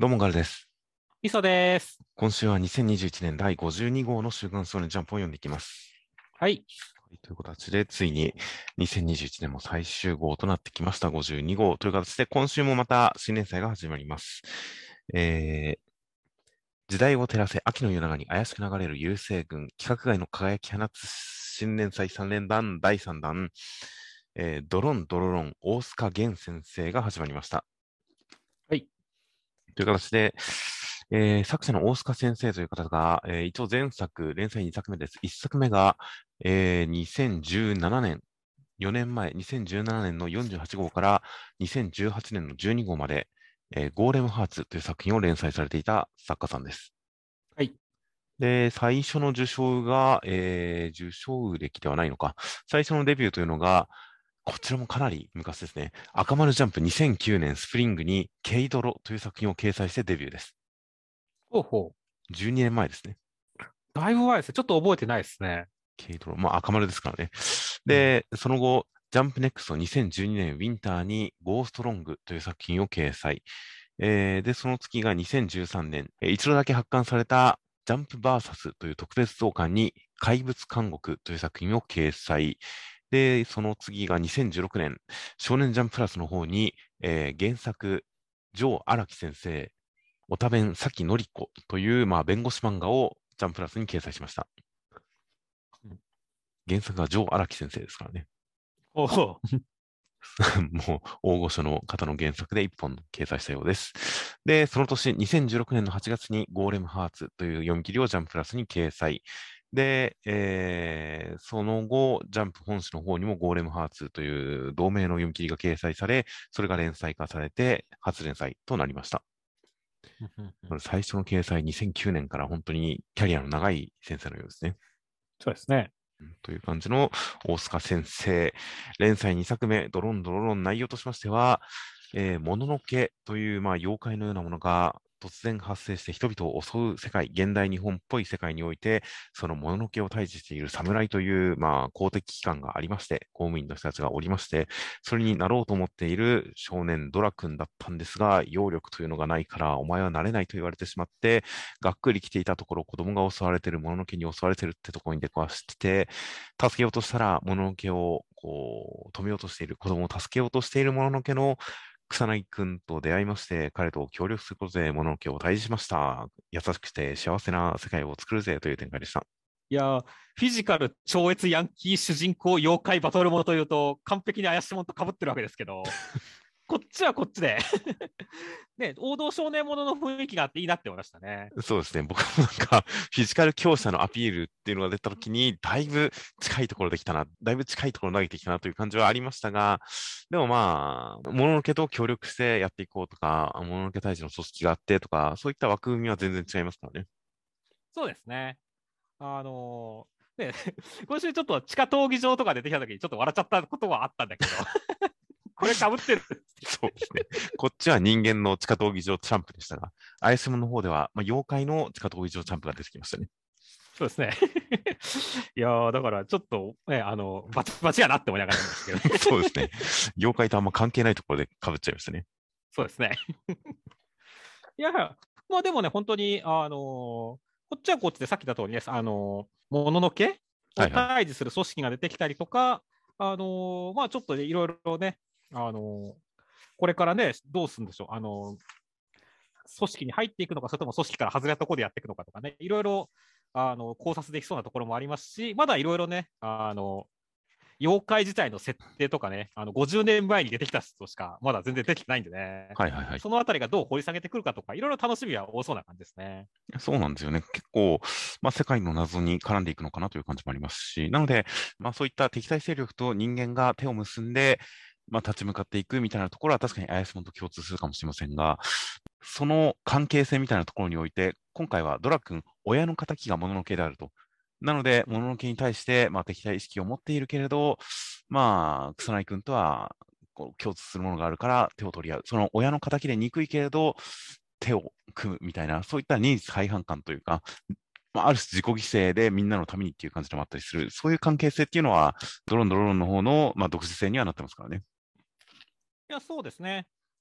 どうもガルです。 磯です。 今週は2021年第52号の週刊少年ジャンプを読んでいきます。 はい。 はい、という形で、ついに2021年も最終号となってきました。52号という形で、今週もまた新連載が始まります。えー時代を照らせ秋の夜長に怪しく流れる流星群、規格外の輝き放つ新連載3連弾第3弾、ドロンドロロン大須賀源先生が始まりました。 はい。 という形で、作者の大須賀先生という方が、一応前作、連載2作目です。1作目が、2017年、4年前、2017年の48号から2018年の12号まで、ゴーレムハーツという作品を連載されていた作家さんです。 はい。 で、最初の受賞が、受賞歴ではないのか。最初のデビューというのが、こちらもかなり昔ですね。赤丸ジャンプ2009年スプリングにケイドロという作品を掲載してデビューです。 ほうほ 12年前ですね。 う。だいぶ前ですね。ちょっと覚えてないですね。 ケイドロ、まあ赤丸ですからね。 うん。 で、その後、ジャンプネクスト2012年ウィンターにゴーストロングという作品を掲載。で、その月が2013年、一度だけ発刊されたジャンプバーサスという特別増刊に怪物監獄という作品を掲載。で、その次が2016年、少年ジャンププラスの方に、原作、ジョー荒木先生、おたべんさきのりこという、まあ、弁護士漫画をジャンププラスに掲載しました。 うん。 原作がジョー荒木先生ですからね。 ほうほう。 もう大御所の方の原作で一本掲載したようです。で、その年、2016年の8月にゴーレムハーツという読み切りをジャンププラスに掲載。で、その後、ジャンプ本誌の方にもゴーレムハーツという同名の読み切りが掲載され、それが連載化されて、初連載となりました。 うんうんうん。 これ最初の掲載2009年から本当にキャリアの長い先生のようですね。 そうですね。 という感じの大塚先生。連載2作目、ドロンドロロン内容としましては、もののけという、まあ、妖怪のようなものが突然発生して人々を襲う世界、現代日本っぽい世界において、そのもののけを退治している侍という、まあ、公的機関がありまして、公務員の人たちがおりまして、それになろうと思っている少年ドラ君だったんですが、揚力というのがないから、お前はなれないと言われてしまって、がっくり来ていたところ、子供が襲われている、もののけに襲われているってところに出くわして、助けようとしたら、もののけを、こう、止めようとしている、子供を助けようとしているもののけの草薙くんと出会いまして、彼と協力することでもののけを退治しました。優しくて幸せな世界を作るぜという展開でした。 いやー、フィジカル超越ヤンキー主人公妖怪バトルものというと、完璧に怪しいものと被ってるわけですけど、こっちはこっちでね、王道少年ものの雰囲気があっていいなって思いましたね。 そうですね。僕もなんか、フィジカル強者のアピールっていうのが出たときに、だいぶ近いところできたな、だいぶ近いところ投げてきたなという感じはありましたが、でもまあ、もののけと協力してやっていこうとか、もののけ退治の組織があってとか、そういった枠組みは全然違いますからね。 そうですね。ね、今週ちょっと地下闘技場とか出てきた時にちょっと笑っちゃったことはあったんだけど、これ被ってる。 そうですね。こっちは人間の地下闘技場チャンプでしたが、アイスモの方では、まあ、妖怪の地下闘技場チャンプが出てきましたね。 そうですね。いやー、だからちょっと、ね、バチバチやなって思いながら見ましたけどね。 そうですね。妖怪とあんま関係ないところで被っちゃいましたね。 そうですね。いや、まあでもね、本当に、こっちはこっちでさっき言った通りね、もののけをはいはい。 退治する組織が出てきたりとか、まあちょっとねいろいろね、これからね、どうするんでしょう。組織に入っていくのか、それとも組織から外れたところでやっていくのかとかね、いろいろ、考察できそうなところもありますし、まだいろいろね、妖怪自体の設定とかね、50年前に出てきた人しかまだ全然出てきてないんでね、 はいはいはい。 そのあたりがどう掘り下げてくるかとか、いろいろ楽しみは多そうな感じですね。 そうなんですよね。結構、まあ、世界の謎に絡んでいくのかなという感じもありますし、なので、まあ、そういった敵対勢力と人間が手を結んで、まあ、立ち向かっていくみたいなところは確かに怪しもと共通するかもしれませんが、その関係性みたいなところにおいて、今回はドラ君、親の敵がもののけであると。なので、もののけに対して、まあ、敵対意識を持っているけれど、まあ、草薙君とは、こう共通するものがあるから手を取り合う。その親の敵で憎いけれど、手を組むみたいな、そういった二律背反感というか、まあ、ある種自己犠牲でみんなのためにっていう感じでもあったりする、そういう関係性っていうのは、ドロンドロンの方の、まあ、独自性にはなってますからね。 いや、そうですね。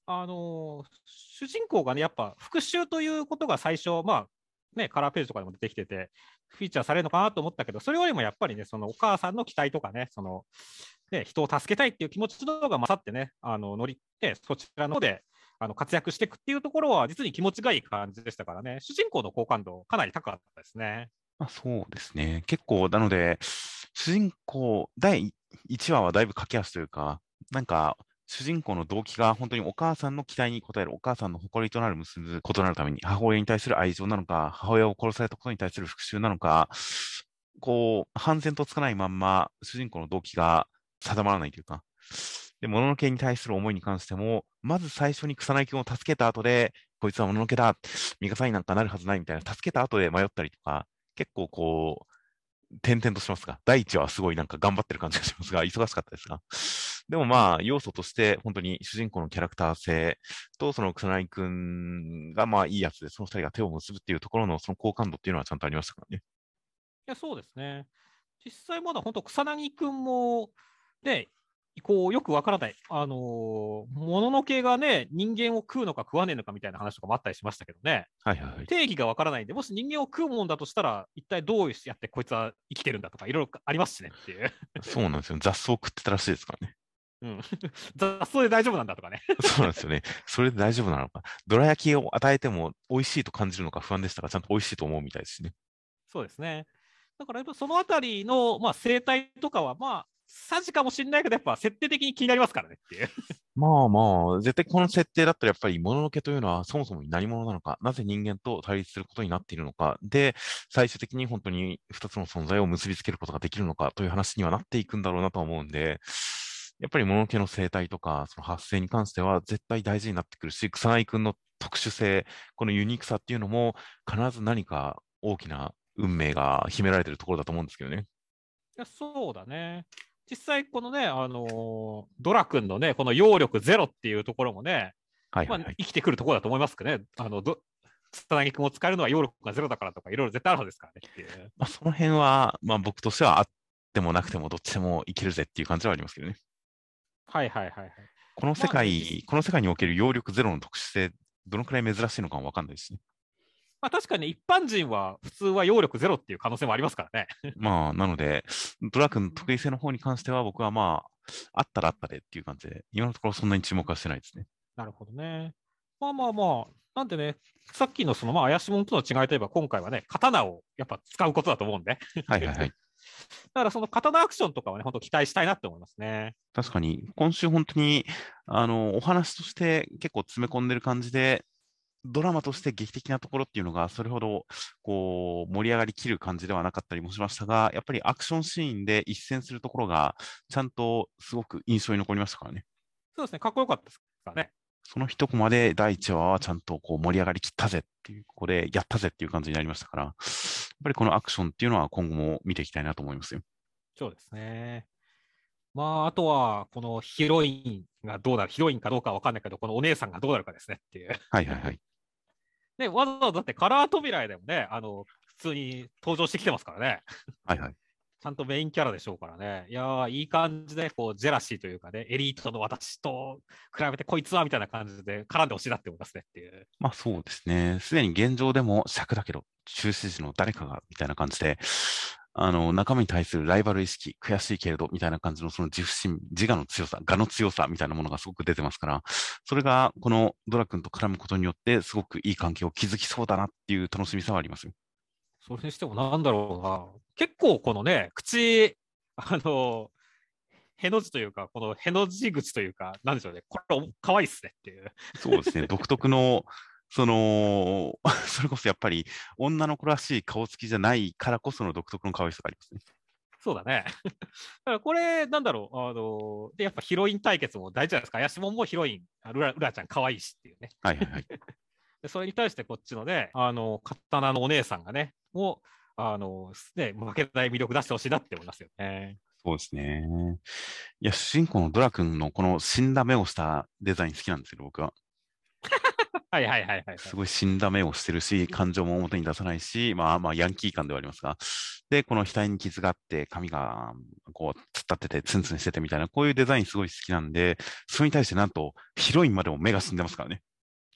主人公がね、やっぱ復讐ということが最初、まあ、ね、カラーページとかでも出てきてて、フィーチャーされるのかなと思ったけど、それよりもやっぱりね、そのお母さんの期待とかね、ね、人を助けたいっていう気持ちの方が勝ってね、乗りってそちらの方で活躍していくっていうところは、実に気持ちがいい感じでしたからね、主人公の好感度、かなり高かったですね。 まあ、そうですね。結構、なので、主人公、第1話はだいぶ駆け足というか、なんか、主人公の動機が本当にお母さんの期待に応える、お母さんの誇りとなる結ぶことなるために、母親に対する愛情なのか、母親を殺されたことに対する復讐なのか、こう、判然とつかないまんま、主人公の動機が定まらないというか、で、もののけに対する思いに関しても、まず最初に草薙君を助けた後で、こいつはもののけだ、味方になんかなるはずないみたいな、助けた後で迷ったりとか、結構こう、転々としますが、第一話はすごいなんか頑張ってる感じがしますが、忙しかったですが。でもうん、 まあ、要素として本当に主人公のキャラクター性と、その草薙くんがまあいいやつで、その二人が手を結ぶっていうところのその好感度っていうのはちゃんとありましたからね。 いや、そうですね。実際まだ本当、草薙くんも、ね、こう、よくわからない、もののけがね、人間を食うのか食わねえのかみたいな話とかもあったりしましたけどね、 はいはいはい。 定義がわからないんで、もし人間を食うもんだとしたら、一体どうやってこいつは生きてるんだとか、いろいろありますしねっていう。 そうなんですよ。雑草食ってたらしいですからね。 うん、雑草で大丈夫なんだとかね。 そうなんですよね。それで大丈夫なのか。どら焼きを与えても美味しいと感じるのか不安でしたが、ちゃんと美味しいと思うみたいですしね。 そうですね。だからやっぱそのあたりの、まあ、生態とかは、まあ、さじかもしれないけど、やっぱ設定的に気になりますからねっていう。 まあまあ、絶対この設定だったらやっぱりもののけというのはそもそも何者なのか、なぜ人間と対立することになっているのか、で、最終的に本当に二つの存在を結びつけることができるのかという話にはなっていくんだろうなとは思うんで、やっぱりもののけの生態とか、その発生に関しては絶対大事になってくるし、草薙くんの特殊性、このユニークさっていうのも必ず何か大きな運命が秘められているところだと思うんですけどね。 いや、そうだね。実際、このね、ドラ君のね、この揚力ゼロっていうところもね、まあ、 はいはいはい。 生きてくるところだと思いますけどね、草薙君を使えるのは揚力がゼロだからとか、いろいろ絶対あるはずですからねっていう。 まあ、その辺は、まあ僕としてはあってもなくてもどっちでもいけるぜっていう感じはありますけどね。 はいはいはいはい。 この世まあね、 界、この世界における揚力ゼロの特殊性、どのくらい珍しいのかもわかんないですね。 まあ、確かに一般人は普通は揚力ゼロっていう可能性もありますからね。 まあ、なので、ドラ君の得意性の方に関しては僕はまあ、あったらあったでっていう感じで、今のところそんなに注目はしてないですね。 なるほどね。まあまあまあ、なんでね、さっきのそのまあ怪しもんとの違いといえば、今回はね、刀をやっぱ使うことだと思うんで。 はいはいはい。 だからその刀アクションとかはね、本当期待したいなって思いますね。 確かに、今週本当に、お話として結構詰め込んでる感じで、ドラマとして劇的なところっていうのが、それほど、こう、盛り上がりきる感じではなかったりもしましたが、やっぱりアクションシーンで一戦するところが、ちゃんとすごく印象に残りましたからね。 そうですね、かっこよかったですからね。 その一コマで第一話はちゃんとこう盛り上がりきったぜっていう、ここでやったぜっていう感じになりましたから、やっぱりこのアクションっていうのは今後も見ていきたいなと思いますよ。 そうですね。まあ、あとは、このヒロインがどうなる、ヒロインかどうかは分かんないけど、このお姉さんがどうなるかですねっていう。 はいはいはい。 ね、わざわざだってカラー扉でもね、普通に登場してきてますからね。 はいはい。 ちゃんとメインキャラでしょうからね。いやー、いい感じで、こう、ジェラシーというかね、エリートの私と比べてこいつはみたいな感じで絡んでほしいなって思いますねっていう。 まあそうですね。すでに現状でも尺だけど、中心時の誰かがみたいな感じで、仲間に対するライバル意識、悔しいけれど、みたいな感じのその自負心、自我の強さ、我の強さみたいなものがすごく出てますから、それがこのドラ君と絡むことによって、すごくいい関係を築きそうだなっていう楽しみさはありますよ。 それにしてもなんだろうな。結構このね、口、あの、への字というか、このへの字口というか、なんでしょうね。これ、可愛いっすねっていう。 そうですね。独特の、その、それこそやっぱり女の子らしい顔つきじゃないからこその独特の可愛さがありますね。 そうだね。だからこれ、なんだろう。で、やっぱヒロイン対決も大事じゃないですか。怪しもんもヒロイン、ルラちゃん可愛いしっていうね。 はいはいはい。 でそれに対してこっちのね、刀のお姉さんがね、もう、ね、負けない魅力出してほしいなって思いますよね。 そうですね。いや、主人公のドラ君のこの死んだ目をしたデザイン好きなんですけど、僕は。 はいはいはいはいはい。 すごい死んだ目をしてるし、感情も表に出さないし、まあまあヤンキー感ではありますが、で、この額に傷があって、髪がこう突っ立っててツンツンしててみたいな、こういうデザインすごい好きなんで、それに対してなんとヒロインまでも目が死んでますからね。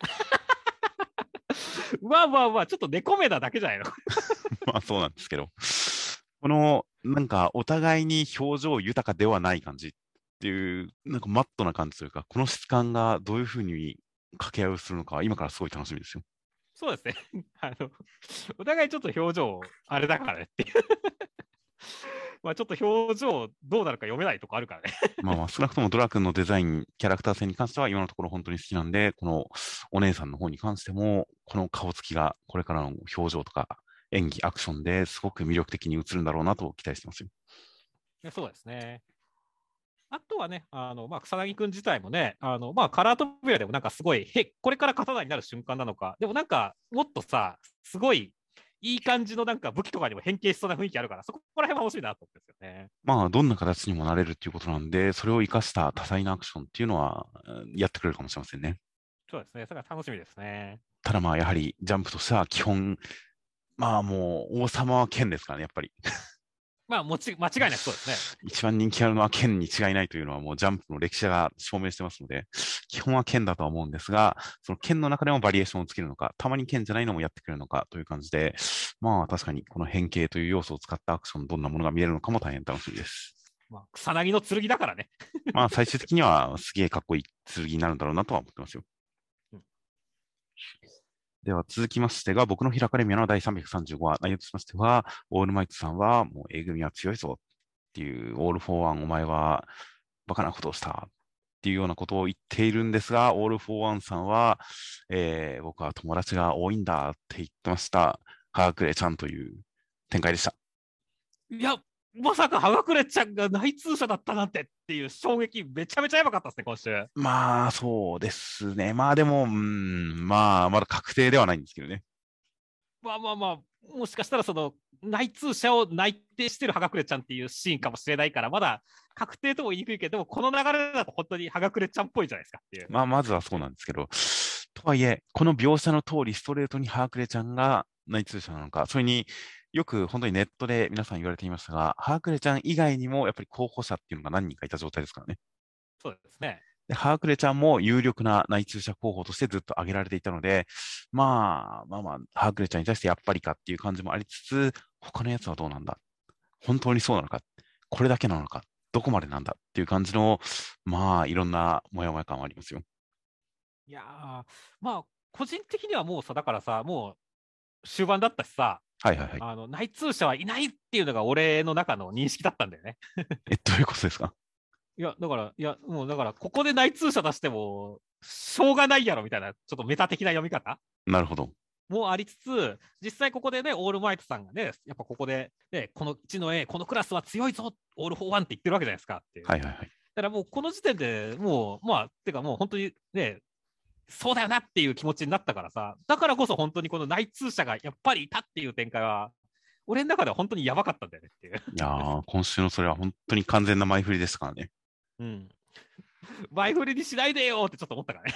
まあまあまあ、ちょっと猫目なだけじゃないの。 まあそうなんですけど、このなんかお互いに表情豊かではない感じっていう、なんかマットな感じというか、この質感がどういうふうに掛け合いをするのか、今からすごい楽しみですよ。 そうですね。お互いちょっと表情、あれだからねっていう。まあちょっと表情どうなるか読めないとこあるからね。 まあまあ、少なくともドラ君のデザイン、キャラクター性に関しては今のところ本当に好きなんで、このお姉さんの方に関しても、この顔つきがこれからの表情とか演技、アクションですごく魅力的に映るんだろうなと期待してますよ。 そうですね。あとはね、まあ、草薙君自体もね、まあ、カラー扉でもなんかすごい、これから刀になる瞬間なのか、でもなんか、もっとさ、すごいいい感じのなんか武器とかにも変形しそうな雰囲気あるから、そこら辺は欲しいなと思うんですよね。 まあ、どんな形にもなれるっていうことなんで、それを活かした多彩なアクションっていうのはやってくれるかもしれませんね。 そうですね。それは楽しみですね。 ただまあ、やはりジャンプとしては基本、まあもう王様は剣ですからね、やっぱり。 まあ、間違いなくそうですね。 一番人気あるのは剣に違いないというのはもうジャンプの歴史が証明してますので、基本は剣だとは思うんですが、その剣の中でもバリエーションをつけるのか、たまに剣じゃないのもやってくれるのかという感じで、まあ確かにこの変形という要素を使ったアクション、どんなものが見えるのかも大変楽しみです。 まあ、草薙の剣だからね。 まあ最終的にはすげえかっこいい剣になるんだろうなとは思ってますよ。 うん、 では続きましてが、僕のヒラカレミアの第335話、内容としましては、オールマイトさんはもう A 組は強いぞっていう、オールフォーワンお前はバカなことをしたっていうようなことを言っているんですが、オールフォーワンさんは、僕は友達が多いんだって言ってました。ハークレちゃんという展開でした。 いや、まさか、はがくれちゃんが内通者だったなんてっていう衝撃、めちゃめちゃやばかったですね、今週。 まあ、そうですね。まあでも、まあ、まだ確定ではないんですけどね。 まあまあまあ、もしかしたらその内通者を内定してるはがくれちゃんっていうシーンかもしれないから、まだ確定とも言いにくいけど、でもこの流れだと本当にはがくれちゃんっぽいじゃないですかっていう。 まあ、まずはそうなんですけど、とはいえ、この描写の通り、ストレートにハークレちゃんが内通者なのか、それによく本当にネットで皆さん言われていましたが、ハークレちゃん以外にもやっぱり候補者っていうのが何人かいた状態ですからね。 そうですね。 で、ハークレちゃんも有力な内通者候補としてずっと挙げられていたので、まあ、ハークレちゃんに対してやっぱりかっていう感じもありつつ、他のやつはどうなんだ、本当にそうなのか、これだけなのか、どこまでなんだっていう感じの、まあ、いろんなモヤモヤ感はありますよ。 いやー、まあ、個人的にはもうさ、だからさ、もう終盤だったしさ、 はいはいはい。 内通者はいないっていうのが俺の中の認識だったんだよね。 どういうことですか？ いや、だから、いや、もうだから、ここで内通者出しても、しょうがないやろみたいな、ちょっとメタ的な読み方なるほど。 もありつつ、実際ここでね、オールマイトさんがね、やっぱここで、ね、この1の A、このクラスは強いぞ、オールフォーワンって言ってるわけじゃないですかっていう。 はいはいはい。 だからもうこの時点でもう、まあ、てかもう本当にね、そうだよなっていう気持ちになったからさ、だからこそ本当にこの内通者がやっぱりいたっていう展開は、俺の中では本当にやばかったんだよねっていう。 いやー、今週のそれは本当に完全な前振りでしたからね。 うん。前振りにしないでよってちょっと思ったからね。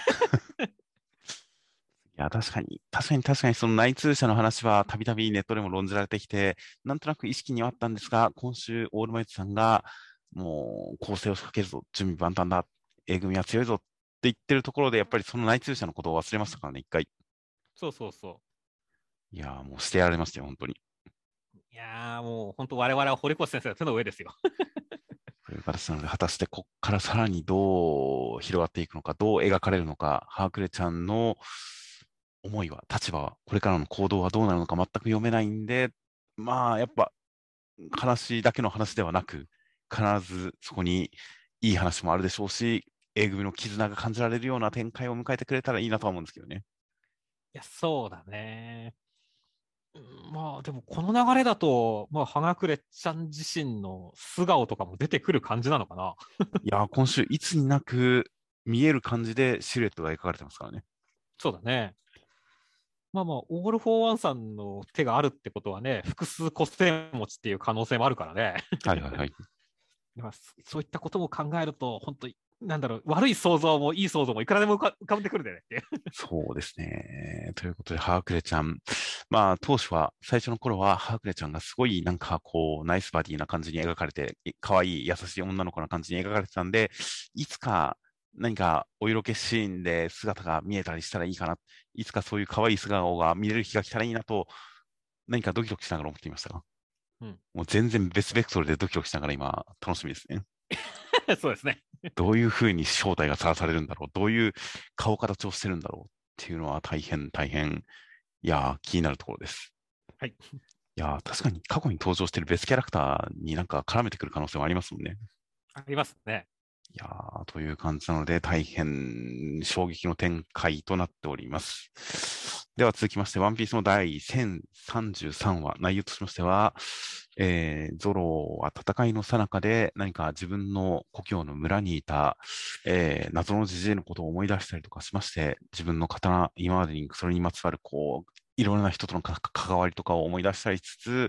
いや、確かに、その内通者の話はたびたびネットでも論じられてきて、なんとなく意識にはあったんですが、今週、オールマイトさんが、もう、攻勢を仕掛けるぞ、準備万端だ、A 組は強いぞって言ってるところで、やっぱりその内通者のことを忘れましたからね、一回。 そうそうそいやー、もうしてやられましたよ、本当に。 う。いやーもう本当我々は堀越先生の手の上ですよ。 という形なので、果たしてこっからさらにどう広がっていくのか、どう描かれるのか、ハークレちゃんの思いは、立場は、これからの行動はどうなるのか全く読めないんで、まあ、やっぱ、話だけの話ではなく、必ずそこにいい話もあるでしょうし、A 組の絆が感じられるような展開を迎えてくれたらいいなとは思うんですけどね。 いや、そうだね。まあでもこの流れだと、まあ、花暮ちゃん自身の素顔とかも出てくる感じなのかな。 いやー、今週、いつになく見える感じでシルエットが描かれてますからね。 そうだね。まあまあ、オール・フォー・ワンさんの手があるってことはね、複数個性持ちっていう可能性もあるからね。 はいはいはい。 まあそういったことも考えると、本当になんだろう、悪い想像もいい想像もいくらでも浮かんでくるんだよねっていう。 そうですね。ということで、ハークレちゃん。まあ、当初は、最初の頃は、ハークレちゃんがすごい、なんかこう、ナイスバディな感じに描かれて、可愛い優しい女の子な感じに描かれてたんで、いつか何かお色気シーンで姿が見えたりしたらいいかな。いつかそういう可愛い素顔が見れる日が来たらいいなと、何かドキドキしながら思っていましたが、 うん、 もう全然別ベクトルでドキドキしながら今、楽しみですね。 そうですね。 どういうふうに正体がさらされるんだろう。どういう顔形をしてるんだろうっていうのは大変大変、いやー、気になるところです。 はい。 いやー、確かに過去に登場している別キャラクターになんか絡めてくる可能性もありますもんね。 ありますね。 いやー、という感じなので、大変衝撃の展開となっております。では続きまして、ワンピースの第1033話、内容としましては、ゾロは戦いの最中で何か自分の故郷の村にいた、謎のじじいのことを思い出したりとかしまして、自分の刀、今までにそれにまつわるこう、いろんな人との関わりとかを思い出したりしつつ、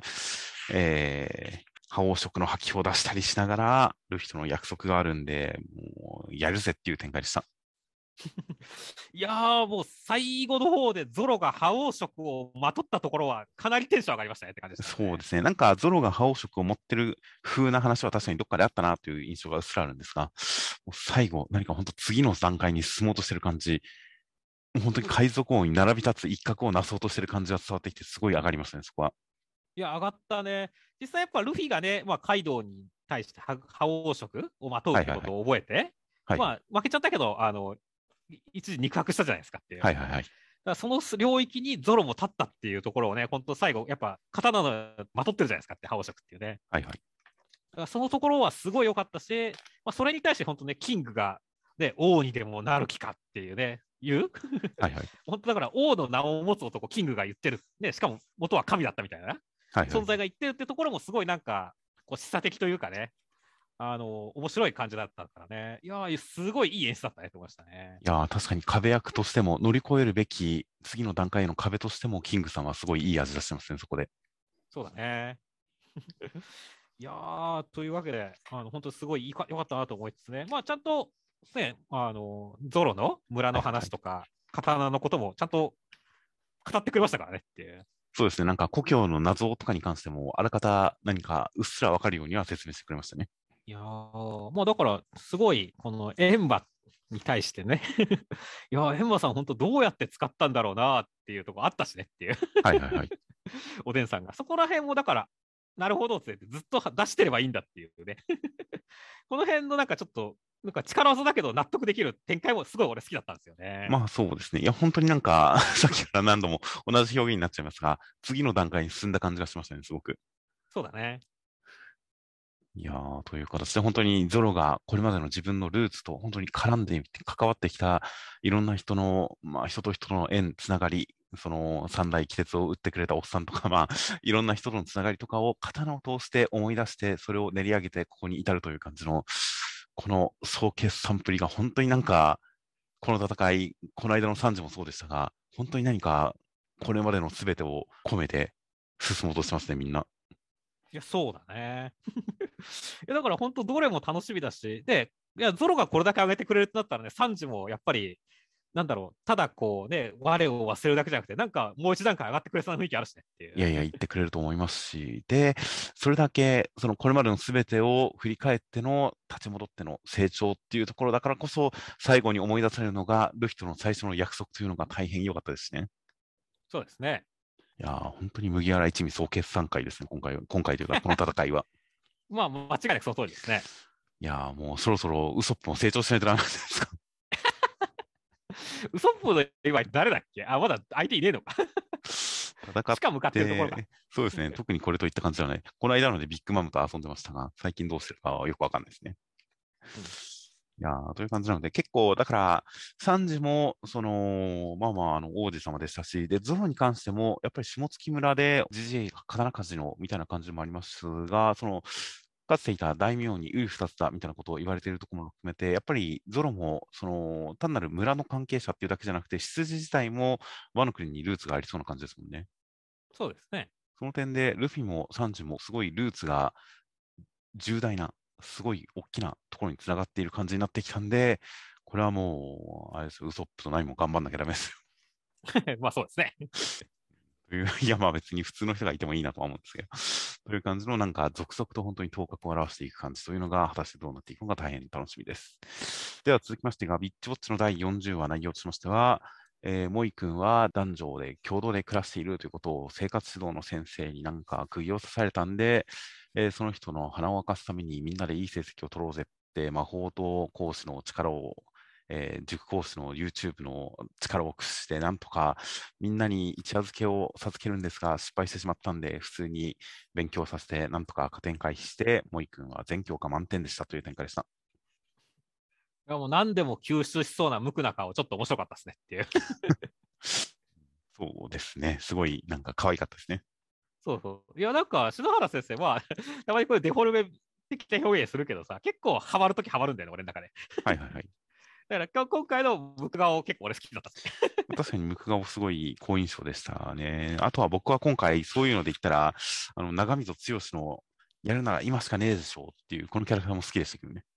覇王色の覇気を出したりしながら、ルフィとの約束があるんで、もうやるぜっていう展開でした。 いやー、もう最後の方でゾロが覇王色をまとったところはかなりテンション上がりましたねって感じでしたね。 そうですね。なんかゾロが覇王色を持ってる風な話は確かにどっかであったなという印象がうっすらあるんですが、もう最後、何か本当次の段階に進もうとしてる感じ、もう本当に海賊王に並び立つ一角をなそうとしてる感じが伝わってきて、すごい上がりましたね、そこは。 いや、上がったね。実際やっぱルフィがね、まあ、カイドウに対して覇王色をまとうっはいはいはい。 てことを覚えて、 はいはい。 まあ、負けちゃったけど、一時肉薄したじゃないですかっていう。だかはいはいはい。 らその領域にゾロも立ったっていうところをね、本当最後、やっぱ刀のまとってるじゃないですかって、覇王色っていうね。 はいはい。 だからそのところはすごい良かったし、まあ、それに対して本当ね、キングが、ね、王にでもなる気かっていうね、言うはいはい。 本当だから王の名を持つ男、キングが言ってる。ね、しかも元は神だったみたいなはいはい。 存在が言ってるってところもすごいなんか、こう示唆的というかね、面白い感じだったからね。いやー、すごいいい演出だったねと思いましたね。 いやー、確かに壁役としても、乗り越えるべき次の段階への壁としても、キングさんはすごいいい味出してますね、そこで。 そうだね。いやー、というわけで、本当すごい良かったなと思いつつね、まあ、ちゃんと、ね、ゾロの村のはいはいはい。 話とか、刀のこともちゃんと語ってくれましたからねっていう。 そうですね。なんか故郷の謎とかに関しても、あらかた何かうっすらわかるようには説明してくれましたね。 いやー、まあだから、すごい、このエンバに対してねいやー、エンバさん、本当どうやって使ったんだろうなっていうところあったしねっていうはいはいはい。 おでんさんが。そこら辺も、だから、なるほどってずっと出してればいいんだっていうねこの辺のなんかちょっと、なんか力技だけど納得できる展開もすごい俺好きだったんですよね。 まあそうですね。いや、本当になんかさっきから何度も同じ表現になっちゃいますが、次の段階に進んだ感じがしましたね、すごく。 そうだね。 いやー、という形で本当にゾロがこれまでの自分のルーツと本当に絡んでみて関わってきたいろんな人の、まあ人と人との縁、つながり、その三大気絶を打ってくれたおっさんとか、まあいろんな人とのつながりとかを刀を通して思い出して、それを練り上げてここに至るという感じの、この総決算プリが本当になんか、この戦い、この間の惨事もそうでしたが、本当に何かこれまでの全てを込めて進もうとしてますね、みんな。 いや、そうだね。いやだから本当どれも楽しみだし、で、いや、ゾロがこれだけ上げてくれるってなったらね、サンジもやっぱり、なんだろう、ただこうね、我を忘れるだけじゃなくて、なんかもう一段階上がってくれそうな雰囲気あるしねっていう。 いやいや、言ってくれると思いますし、で、それだけ、そのこれまでの全てを振り返っての立ち戻っての成長っていうところだからこそ、最後に思い出されるのが、ルフィとの最初の約束というのが大変良かったですね。 そうですね。 いやー、本当に麦わら一味総決算会ですね、今回というか、この戦いは。 まあ、間違いなくその通りですね。 いやー、もうそろそろウソップも成長しないとダメなんじゃないですか。 ウソップの今誰だっけあ、まだ相手いねえのか。 戦っしか向かってるところか。 て、そうですね、特にこれといった感じではない。この間のでビッグマムと遊んでましたが、最近どうしてるかはよくわかんないですね。 うん、 いやーという感じなので、結構、だから、サンジも、まあまあ、王子様でしたし、で、ゾロに関しても、やっぱり下月村で、じじい、刀鍛冶の、みたいな感じもありますが、かつていた大名に瓜二つだ、みたいなことを言われているところも含めて、やっぱりゾロも、単なる村の関係者っていうだけじゃなくて、出自自体も、ワノ国にルーツがありそうな感じですもんね。 そうですね。 その点で、ルフィもサンジも、すごいルーツが重大な、 すごい大きなところにつながっている感じになってきたんで、これはもう、あれですよ、ウソップと何も頑張んなきゃダメですよ。 まあそうですね。 といういや、まあ別に普通の人がいてもいいなとは思うんですけど、という感じのなんか続々と本当に頭角を現していく感じというのが果たしてどうなっていくのか大変楽しみです。では続きましてが、ビッチウォッチの第40話内容としましては、モイ君は男女で共同で暮らしているということを生活指導の先生になんか釘を刺されたんで、その人の鼻を明かすためにみんなでいい成績を取ろうぜって魔法と講師の力を塾講師の YouTube の力を駆使してなんとかみんなに一夜漬けを授けるんですが、失敗してしまったんで、普通に勉強させて、なんとか加点回避して、モイ君は全教科満点でしたという展開でした。 いやもう何でも吸収しそうな無垢な顔、ちょっと面白かったですねっていう。 そうですね。すごいなんか可愛かったですね。 そうそう。いや、なんか、篠原先生は、たまにこれデフォルメ的な表現するけどさ、結構ハマるときハマるんだよね、俺の中で。 はいはいはい。 だから今回の無垢顔結構俺好きだったっすね。 確かにムク顔すごい好印象でしたね。あとは僕は今回そういうので言ったら、長溝剛のやるなら今しかねえでしょうっていうこのキャラクターも好きでしたけどね。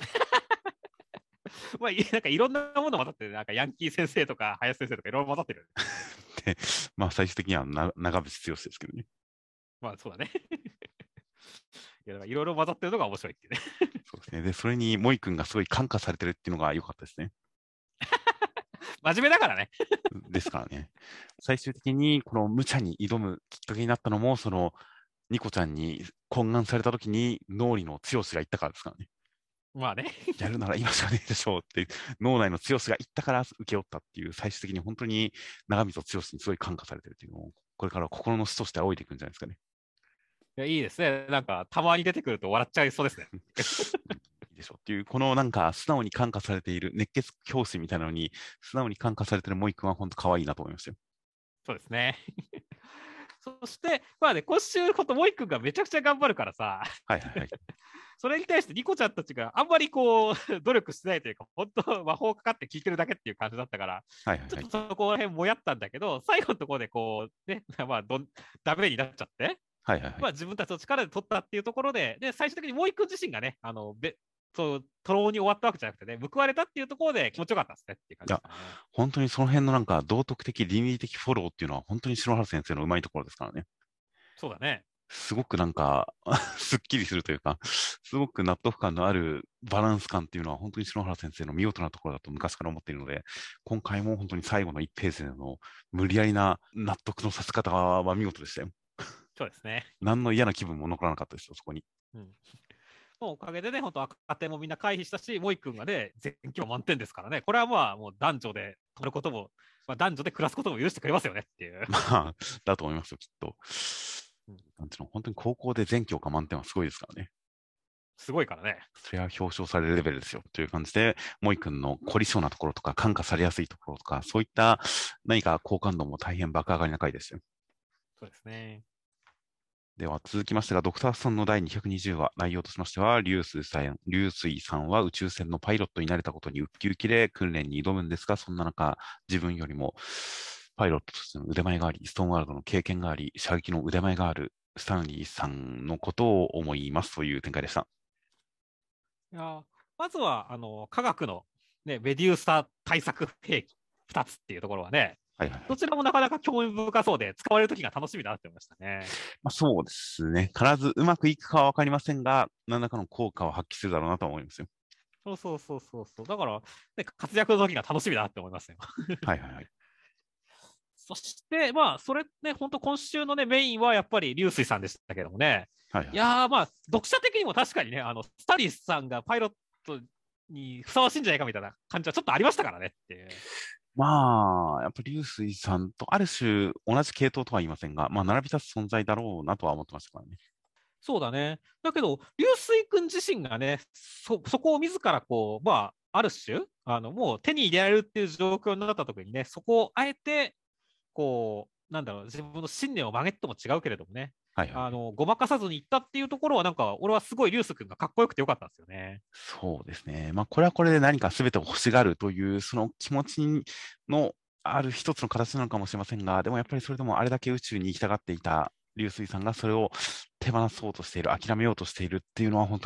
まあ、なんかいろんなもの混ざってる、なんかヤンキー先生とか林先生とかいろいろ混ざってる。 で、まあ最終的には長渕剛ですけどね。 まあそうだね。いや、だからいろいろ混ざってるのが面白いっていうね。 そうですね。で、それにモイ君がすごい感化されてるっていうのが良かったですね。 真面目だからね。 ですからね。最終的にこの無茶に挑むきっかけになったのも、そのニコちゃんに懇願された時に脳裏の剛が言ったからですからね。 まあね。 やるなら今しかねえでしょうって脳内の剛が言ったから受け負ったっていう、最終的に本当に長溝剛にすごい感化されてるっていうのを、これから心の師として仰いでいくんじゃないですかね。 いや、いいですね。なんか、たまに出てくると笑っちゃいそうですね。 いいでしょうっていう、このなんか素直に感化されている熱血教師みたいなのに、素直に感化されているモイ君は本当可愛いなと思いましたよ。 そうですね。そして、まあね、今週、ことモイ君がめちゃくちゃ頑張るからさ、 はいはいはい。 それに対してニコちゃんたちがあんまりこう、努力してないというか、本当魔法かかって聞いてるだけっていう感じだったから、 はいはいはい。 ちょっとそこら辺もやったんだけど、最後のところでこう、ね、まあダメになっちゃって、 はいはいはい。 まあ自分たちの力で取ったっていうところで、最終的にモイ君自身がね、そう、徒労に終わったわけじゃなくてね、報われたっていうところで気持ちよかったですねっていう感いや、 じですかね。 本当にその辺のなんか道徳的、倫理的フォローっていうのは本当に篠原先生のうまいところですからね。 そうだね。 すごくなんかすっきりするというか、すごく納得感のあるバランス感っていうのは本当に篠原先生の見事なところだと昔から思っているので、今回も本当に最後の1ページでの無理やりな納得のさせ方は見事でしたよ。 そうですね。 何の嫌な気分も残らなかったですよ、そこに。 うん。もうおかげでね、本当赤点もみんな回避したし、モイ君がね、全教満点ですからね、これはまあ、もう男女で取ることも、まあ、男女で暮らすことも許してくれますよねっていう。 まあ、だと思いますよ、きっと。 うん、 なんていうの、本当に高校で全教科満点はすごいですからね。 すごいからね。 それは表彰されるレベルですよ。という感じで、モイ君の凝り性なところとか、感化されやすいところとか、そういった何か好感度も大変爆上がりな回ですよ。 そうですね。 では続きましてが、ドクターストーンの第220話、内容としましては、流水さんは宇宙船のパイロットになれたことにウッキウキで訓練に挑むんですが、そんな中、自分よりもパイロットとしての腕前があり、ストーンワールドの経験があり、射撃の腕前があるスタンリーさんのことを思いますという展開でした。 いやまずは科学の、ね、メデューサ対策兵器2つっていうところはね、 はいはいはい。 どちらもなかなか興味深そうで、使われる時が楽しみだなって思いましたね。 まあ、そうですね。必ずうまくいくかはわかりませんが、何らかの効果を発揮するだろうなと思いますよ。 そうそうそうそうそう。だから、ね、活躍の時が楽しみだなって思いますよ。 はいはいはい。 そして、まあ、それね、本当今週のね、メインはやっぱり流水さんでしたけどもね。 はいはい。 いやー、まあ、読者的にも確かにね、スタリスさんがパイロットにふさわしいんじゃないかみたいな感じはちょっとありましたからねっていう。 まあ、やっぱり流水さんとある種同じ系統とは言いませんが、まあ、並び立つ存在だろうなとは思ってましたからね。 そうだね。だけど、流水君自身がね、そこを自らこう、まあ、ある種、もう手に入れられるっていう状況になった時にね、そこをあえて、こう、なんだろう、自分の信念を曲げっても違うけれどもね、 はいはいはい。 ごまかさずにいったっていうところは、なんか、俺はすごい流水君がかっこよくてよかったんですよね。 そうですね。まあ、これはこれで何か全てを欲しがるという、その気持ちのある一つの形なのかもしれませんが、でもやっぱりそれでもあれだけ宇宙に行きたがっていた流水さんがそれを手放そうとしている、諦めようとしているっていうのは本当に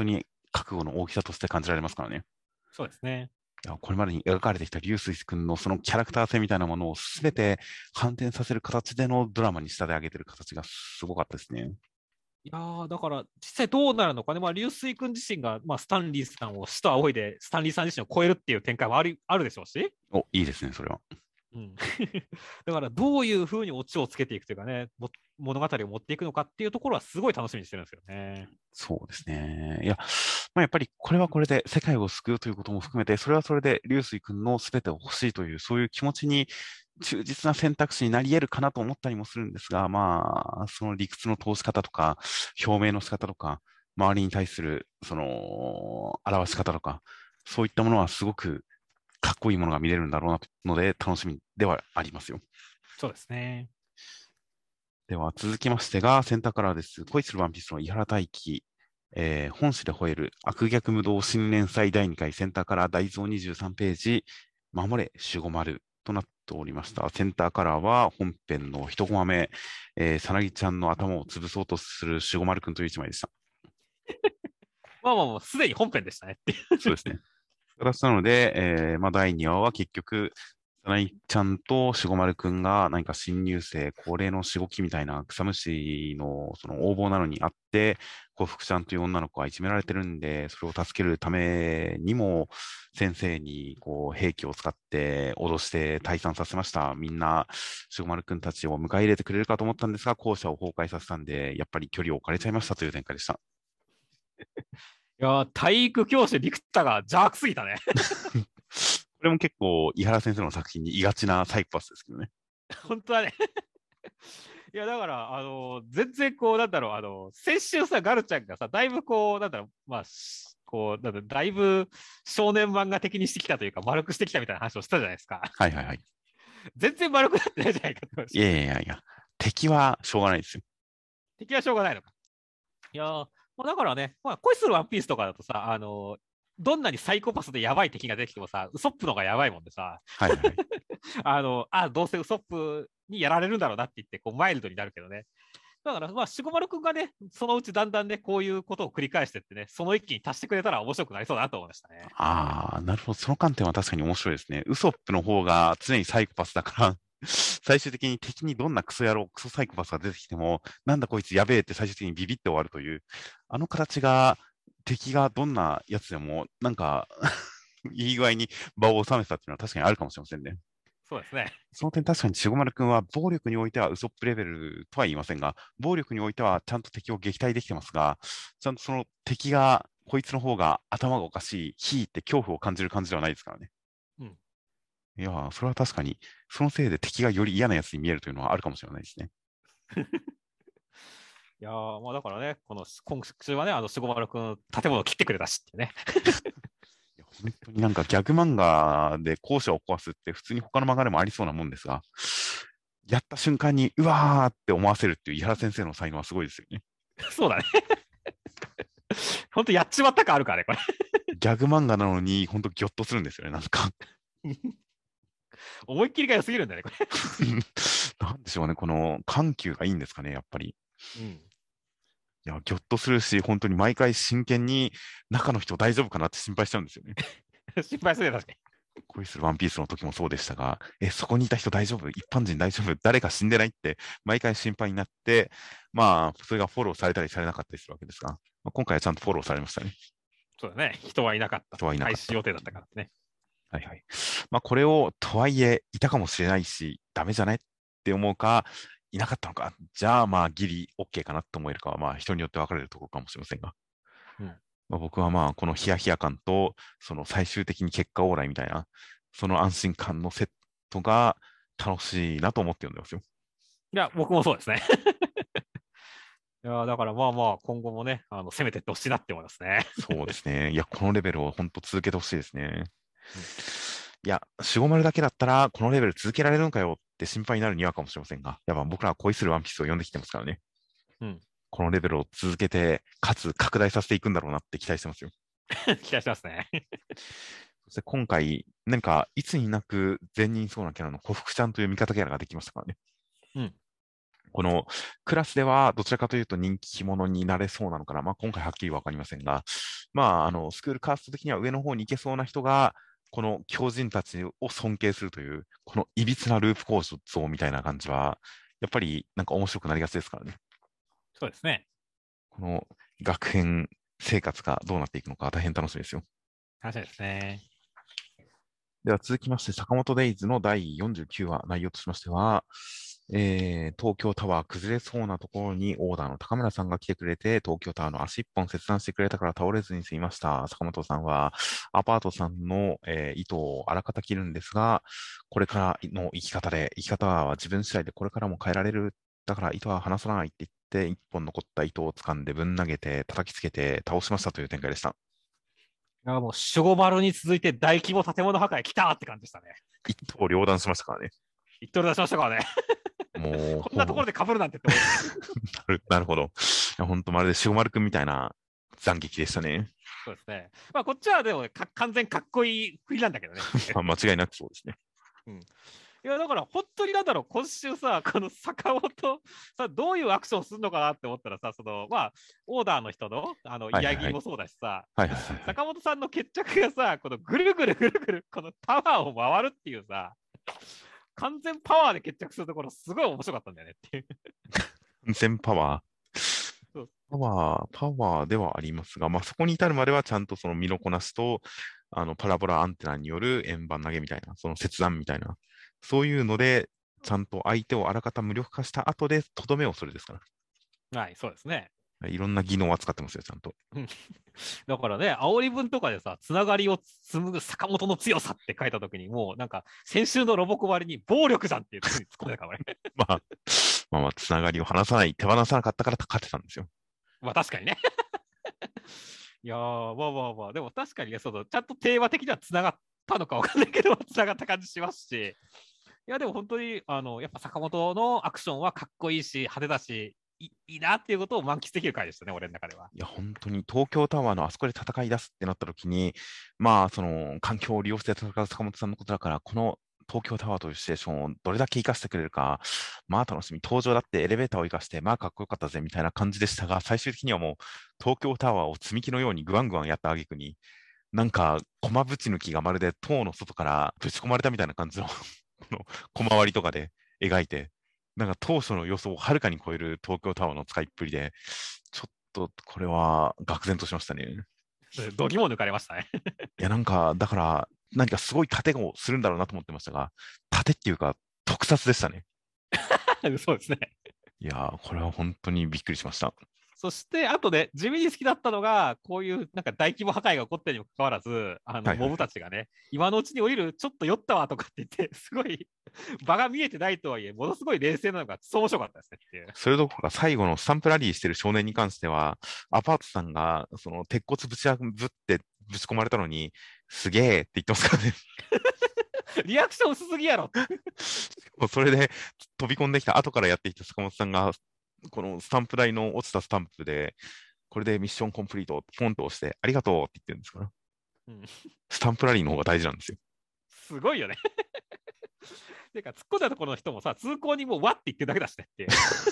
覚悟の大きさとして感じられますからね。 そうですね。 いや、これまでに描かれてきた流水君のそのキャラクター性みたいなものをすべて反転させる形でのドラマに仕立て上げてる形がすごかったですね。 いやーだから実際どうなるのかね、まあ、流水君自身が、まあ、スタンリーさんを死と仰いで、スタンリーさん自身を超えるっていう展開もあるでしょうし、 お、いいですね、それは。 うん、だからどういうふうにオチをつけていくというかね、物語を持っていくのかっていうところはすごい楽しみにしてるんですよね。 そうですね。いや、まあ、やっぱりこれはこれで世界を救うということも含めて、それはそれで流水君の全てを欲しいという、そういう気持ちに忠実な選択肢になり得るかなと思ったりもするんですが、まあ、その理屈の通し方とか、表明の仕方とか、周りに対する、表し方とか、そういったものはすごくかっこいいものが見れるんだろうなので、楽しみではありますよ。 そうですね。 では続きましてが、センターカラーです。恋するワンピースの井原大輝、本誌で吠える悪逆無道新連載第2回センターカラー大蔵23ページ、守れ守護丸となっておりました。センターカラーは本編の一コマ目、さなぎちゃんの頭を潰そうとする守護丸くんという一枚でした。 まあまあ、もうすでに本編でしたねっていう。 そうですね。形なので、まあ、第2話は結局、さなぎちゃんとしごまるくんが何か新入生、恒例のしごきみたいな草むしのその応募なのにあって、こう福ちゃんという女の子はいじめられてるんで、それを助けるためにも、先生にこう兵器を使って脅して退散させました。みんな、しごまるくんたちを迎え入れてくれるかと思ったんですが、校舎を崩壊させたんで、やっぱり距離を置かれちゃいましたという展開でした。 いやー体育教師、リクタが邪悪すぎたね。 これも結構、井原先生の作品にいがちなサイコパスですけどね。 本当はね。いや、だから、全然こう、なんだろう、先週さ、ガルちゃんがさ、だいぶこう、なんだろう、まあ、こう、なんだろうだいぶ少年漫画的にしてきたというか、丸くしてきたみたいな話をしたじゃないですか。 はいはいはい。 全然丸くなってないじゃないかと思いました。 いやいやいやいや、敵はしょうがないですよ。 敵はしょうがないのか。いやー、まあ、だからね、まあ、恋するワンピースとかだとさ、どんなにサイコパスでやばい敵が出てきてもさ、ウソップのがやばいもんでさ、 はいはい。 どうせウソップにやられるんだろうなって言って、こう、マイルドになるけどね。だから、まあ、しごまるくんがね、そのうちだんだんね、こういうことを繰り返してってね、その一気に達してくれたら面白くなりそうだなと思いましたね。 ああ、なるほど。その観点は確かに面白いですね。ウソップの方が常にサイコパスだから最終的に敵にどんなクソ野郎、クソサイコパスが出てきても、なんだこいつやべえって最終的にビビって終わるという、あの形が、敵がどんなやつでも、なんかいい具合に場を収めてたっていうのは確かにあるかもしれませんね。 そうですね。 その点確かにしごまるくんは暴力においてはウソップレベルとは言いませんが、暴力においてはちゃんと敵を撃退できてますが、ちゃんとその敵が、こいつの方が頭がおかしい、ひいって恐怖を感じる感じではないですからね。 うん。 いやー、それは確かに、そのせいで敵がより嫌なやつに見えるというのはあるかもしれないですね。 いやー、まあだからね、今週はね、しごまるくん、建物を切ってくれたしってね。 いや本当になんかギャグ漫画で校舎を壊すって普通に他の漫画でもありそうなもんですが、やった瞬間に、うわーって思わせるっていう井原先生の才能はすごいですよね。 そうだね。本当やっちまったかあるからね、これ。 ギャグ漫画なのに、本当ギョッとするんですよね、なんか思いっきりが良すぎるんだね、これ。 なんでしょうね、この緩急がいいんですかね、やっぱり。 うん。 いや、ぎょっとするし、本当に毎回真剣に中の人大丈夫かなって心配しちゃうんですよね。 心配するね、確か恋するワンピースの時もそうでしたが、そこにいた人大丈夫一般人大丈夫誰か死んでないって毎回心配になって、まあ、それがフォローされたりされなかったりするわけですが、まあ、今回はちゃんとフォローされましたね。 そうだね。人はいなかった。 人はいなかった。 廃止予定だったからね。 はいはい。まあ、これを、とはいえ、いたかもしれないし、ダメじゃないって思うか、いなかったのか、じゃあ、まあ、ギリ OK かなと思えるかは、まあ、人によって分かれるところかもしれませんが、 うん。 まあ、僕はまあ、このヒヤヒヤ感と、その最終的に結果オーライみたいな、その安心感のセットが楽しいなと思って読んでますよ。 いや、僕もそうですね。いや、だからまあまあ、今後もね、攻めていってほしいなって思いますね。 そうですね。いや、このレベルを本当続けてほしいですね。 うん、 いや、4、5丸だけだったら、このレベル続けられるのかよって心配になるにはかもしれませんが、やっぱ僕らは恋するワンピースを読んできてますからね。 うん。 このレベルを続けて、かつ拡大させていくんだろうなって期待してますよ。 期待しますね。 そして今回、何かいつになく善人そうなキャラの小福ちゃんという味方キャラができましたからね。 うん。 このクラスではどちらかというと人気者になれそうなのかな。まあ、今回はっきりわかりませんが、まあ、スクールカースト的には上の方に行けそうな人が、この狂人たちを尊敬するという、このいびつなループ構造みたいな感じは、やっぱりなんか面白くなりがちですからね。 そうですね。 この学園生活がどうなっていくのか大変楽しみですよ。 楽しみですね。 では続きまして、坂本デイズの第49話、内容としましては、東京タワー崩れそうなところにオーダーの高村さんが来てくれて、東京タワーの足一本切断してくれたから倒れずに済みました。坂本さんは、アパートさんの、糸をあらかた切るんですが、これからの生き方は自分次第でこれからも変えられる。だから糸は離さないって言って、一本残った糸を掴んでぶん投げて、叩きつけて倒しましたという展開でした。 いやもう守護丸に続いて大規模建物破壊来たって感じでしたね。 一刀両断しましたからね。 一人出しましたからね。 もう、 こんなところで被るなんてって思いました。 なるほど。いや、本当まるで塩丸くんみたいな斬撃でしたね。 そうですね。まあ、こっちはでも完全かっこいい振りなんだけどね。 まあ間違いなくそうですね。 うん、いや、だから本当になんだろう、今週さ、この坂本さ、どういうアクションするのかなって思ったらさ、まあ、オーダーの人の、 はいはいはい。 居合斬りもそうだしさ、 はいはいはいはい。 坂本さんの決着がさ、このぐるぐるぐるぐる、このタワーを回るっていうさ、完全パワーで決着するところ、すごい面白かったんだよねっていう。 全パワー。 そうパワーではありますが、まあそこに至るまではちゃんとその身のこなしと、パラボラアンテナによる円盤投げみたいな、その切断みたいな、そういうので、ちゃんと相手をあらかた無力化した後で、とどめをそれですかはい、そうですね。 ら。いろんな技能は使ってますよ、ちゃんと。 うんだからね、煽り文とかでさ、つながりを紡ぐ坂本の強さって書いたときに、もうなんか、先週のロボコ割に暴力じゃんっていうふうに突っ込んでたからね。 まあ、つながりを離さない、手放さなかったから勝ってたんですよ。 まあ確かにね。いやー、まあまあまあ、でも確かにね、ちゃんとテーマ的にはつながったのかわかんないけど、つながった感じしますし、いや、でも本当に、やっぱ坂本のアクションはかっこいいし、派手だし、いいなっていうことを満喫できる回でしたね、俺の中では。 いや、本当に東京タワーのあそこで戦い出すってなった時に、まあ、その環境を利用して戦う坂本さんのことだから、この東京タワーというシチュエーションをどれだけ活かしてくれるか、まあ楽しみ。登場だってエレベーターを活かして、まあかっこよかったぜみたいな感じでしたが、最終的にはもう東京タワーを積み木のようにグワングワンやった挙句に、なんか、駒ぶち抜きがまるで塔の外からぶち込まれたみたいな感じのこの小回りとかで描いて、なんか当初の予想をはるかに超える東京タワーの使いっぷりで、ちょっとこれは愕然としましたね。 度肝抜かれましたね。 いや、なんか、だから、何かすごい盾をするんだろうなと思ってましたが、盾っていうか、特撮でしたね。 そうですね。 いやー、これは本当にびっくりしました。 そして、あとで、地味に好きだったのが、こういうなんか大規模破壊が起こってるにもかかわらず、モブはいはいはい。 たちがね、今のうちに降りる、ちょっと酔ったわとかって言って、すごい、場が見えてないとはいえ、ものすごい冷静なのが、そう面白かったですねっていう。 それどころか最後のスタンプラリーしてる少年に関しては、アパートさんが、その、鉄骨ぶち破ってぶち込まれたのに、すげーって言ってますからね。 リアクション薄すぎやろ。 もうそれで飛び込んできた後からやってきた坂本さんが、このスタンプ台の落ちたスタンプで、これでミッションコンプリート、ポンと押して、ありがとうって言ってるんですから。 うん、 スタンプラリーの方が大事なんですよ。 すごいよね。てか、突っ込んだところの人もさ、通行にもうわって言ってるだけだしねっていう。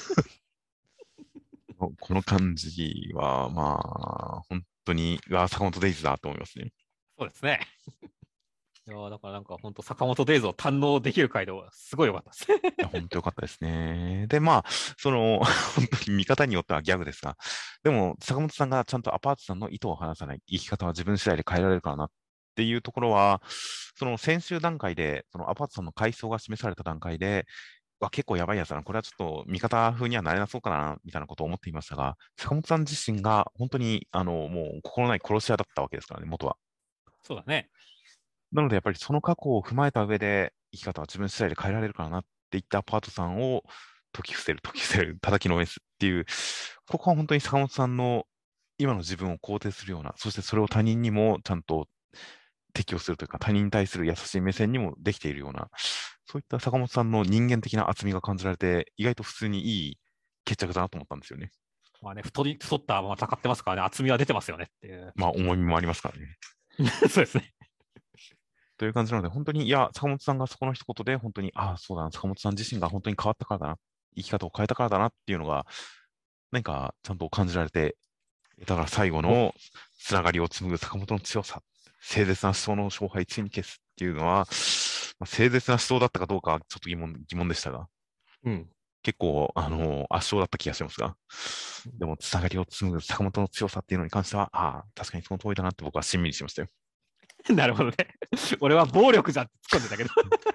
この感じは、まあ、本当に、坂本デイズだと思いますね。 そうですね。いやだからなんか本当坂本デイズを堪能できる回ですごい良かったですね。 いや、本当よかったですね。で、まあ、その、本当に見方によってはギャグですが、でも、坂本さんがちゃんとアパートさんの意図を離さない生き方は自分次第で変えられるからなっていうところは、その先週段階で、そのアパートさんの階層が示された段階で、結構やばいやつだな。これはちょっと味方風にはなれなそうかな、みたいなことを思っていましたが、坂本さん自身が本当に、もう心ない殺し屋だったわけですからね、元は。 そうだね。 なので、やっぱりその過去を踏まえた上で、生き方は自分次第で変えられるからなって言ったアパートさんを解き伏せる、叩きのめすっていう、ここは本当に坂本さんの今の自分を肯定するような、そしてそれを他人にもちゃんと適用するというか、他人に対する優しい目線にもできているような、そういった坂本さんの人間的な厚みが感じられて、意外と普通にいい決着だなと思ったんですよね。 まあね、太ったまま戦ってますからね、厚みは出てますよねっていう。 まあ、重みもありますからね。 そうですね。 という感じなので、本当に、いや、坂本さんがそこの一言で、本当に、ああ、そうだな、坂本さん自身が本当に変わったからだなっ生き方を変えたからだなっていうのが、何かちゃんと感じられて、だから最後のつながりを紡ぐ坂本の強さ、清絶な思想の勝敗ついに消すっていうのは、まあ、清絶な思想だったかどうかはちょっと疑問でしたが、 うん。 結構、圧勝だった気がしますが、でも、つながりを紡ぐ坂本の強さっていうのに関しては、ああ、確かにその通りだなって僕はしんみりしましたよ。 なるほどね。俺は暴力じゃって突っ込んでたけど。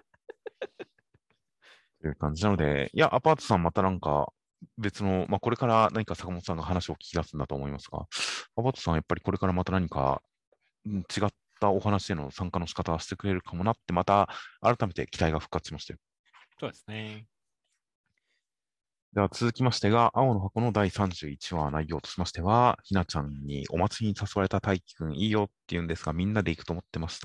という感じなので、いや、アパートさんまたなんか、別の、まあ、これから何か坂本さんが話を聞き出すんだと思いますが、アパートさんはやっぱりこれからまた何か、違ったお話への参加の仕方をしてくれるかもなって、また改めて期待が復活しましたよ。 そうですね。 では続きましてが、青の箱の第31話内容としましては、ひなちゃんにお祭りに誘われた大輝くんいいよって言うんですが、みんなで行くと思ってました。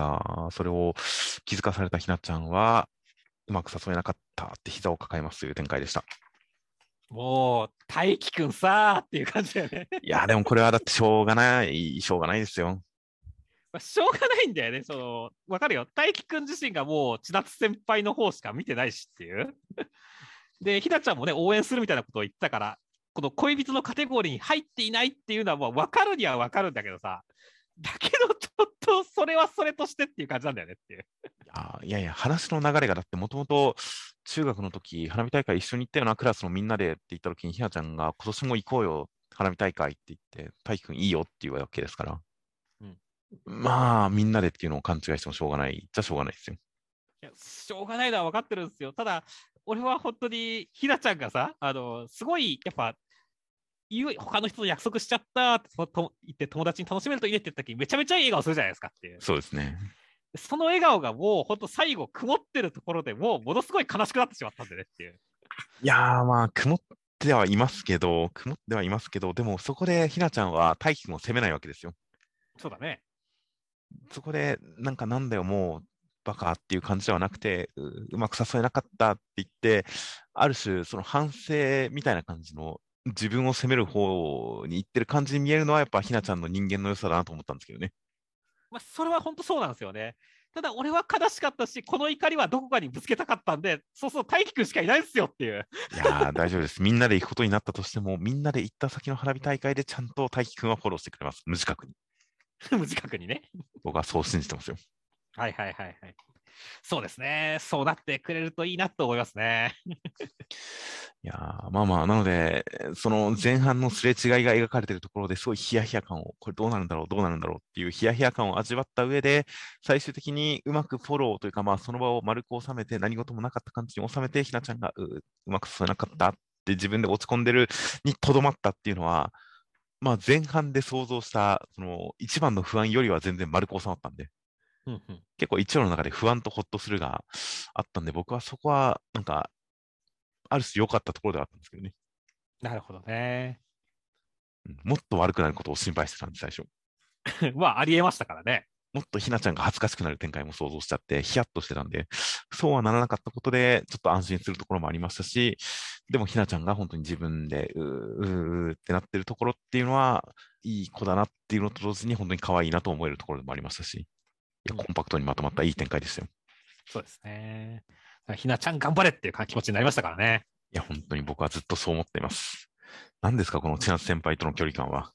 それを気づかされたひなちゃんは、うまく誘えなかったって膝を抱えますという展開でした。 もう、大輝くんさーっていう感じだよね。 いやー、でもこれはだってしょうがない、しょうがないですよ。 まあ、しょうがないんだよね。わかるよ。大輝くん自身がもう千夏先輩の方しか見てないしっていう。で、ひなちゃんもね、応援するみたいなことを言ったから、この恋人のカテゴリーに入っていないっていうのはもう分かるには分かるんだけどさ、だけどちょっとそれはそれとしてっていう感じなんだよねっていう。 いやいや、話の流れがだってもともと中学の時、花火大会一緒に行ったよな、クラスのみんなでって言った時にひなちゃんが今年も行こうよ、花火大会って言って、大輝くんいいよって言うわけですから。 うん、いまあ、みんなでっていうのを勘違いしてもしょうがないじゃしょうがないですよ。 やしょうがないのは分かってるんですよ。ただ、俺は本当にひなちゃんがさ、すごいやっぱ他の人と約束しちゃったって言って友達に楽しめるといいねって言った時にめちゃめちゃいい笑顔するじゃないですかっていう。 そうですね。 その笑顔がもう本当最後曇ってるところでもうものすごい悲しくなってしまったんでねっていう。 いやー、まあ、曇ってはいますけど、でもそこでひなちゃんは大輝くんを責めないわけですよ。 そうだね。 そこで、なんだよ、もう、バカっていう感じではなくて、うまく誘えなかったって言って、ある種、その反省みたいな感じの、自分を責める方に行ってる感じに見えるのは、やっぱひなちゃんの人間の良さだなと思ったんですけどね。 まあ、それは本当そうなんですよね。ただ俺は悲しかったし、この怒りはどこかにぶつけたかったんで、そうそう、大輝くんしかいないですよっていう。 いやー、大丈夫です。みんなで行くことになったとしても、みんなで行った先の花火大会でちゃんと大輝くんはフォローしてくれます。無自覚に。 無自覚にね。 僕はそう信じてますよ。 はいはいはいはい。そうですね。そうなってくれるといいなと思いますね。 いやーまあまあ、なので、その前半のすれ違いが描かれているところですごいヒヤヒヤ感を、これどうなるんだろう、どうなるんだろうっていうヒヤヒヤ感を味わった上で、最終的にうまくフォローというか、まあその場を丸く収めて、何事もなかった感じに収めて、ひなちゃんがうまく進めなかったって自分で落ち込んでるにとどまったっていうのは、まあ前半で想像した、その一番の不安よりは全然丸く収まったんで、 うんうん、 結構一話の中で不安とホッとするがあったんで、僕はそこはなんか、ある種良かったところではあったんですけどね。 なるほどね。 もっと悪くなることを心配してたんで、最初。 まあ、ありえましたからね。 もっとひなちゃんが恥ずかしくなる展開も想像しちゃって、ヒヤッとしてたんで、そうはならなかったことで、ちょっと安心するところもありましたし、でもひなちゃんが本当に自分で、うーってなってるところっていうのは、いい子だなっていうのと同時に、本当に可愛いなと思えるところでもありましたし、いや、 うん、 コンパクトにまとまったいい展開でしたよ。 そうですね。ひなちゃん頑張れっていう気持ちになりましたからね。 いや、本当に僕はずっとそう思っています。何ですか、この千夏先輩との距離感は。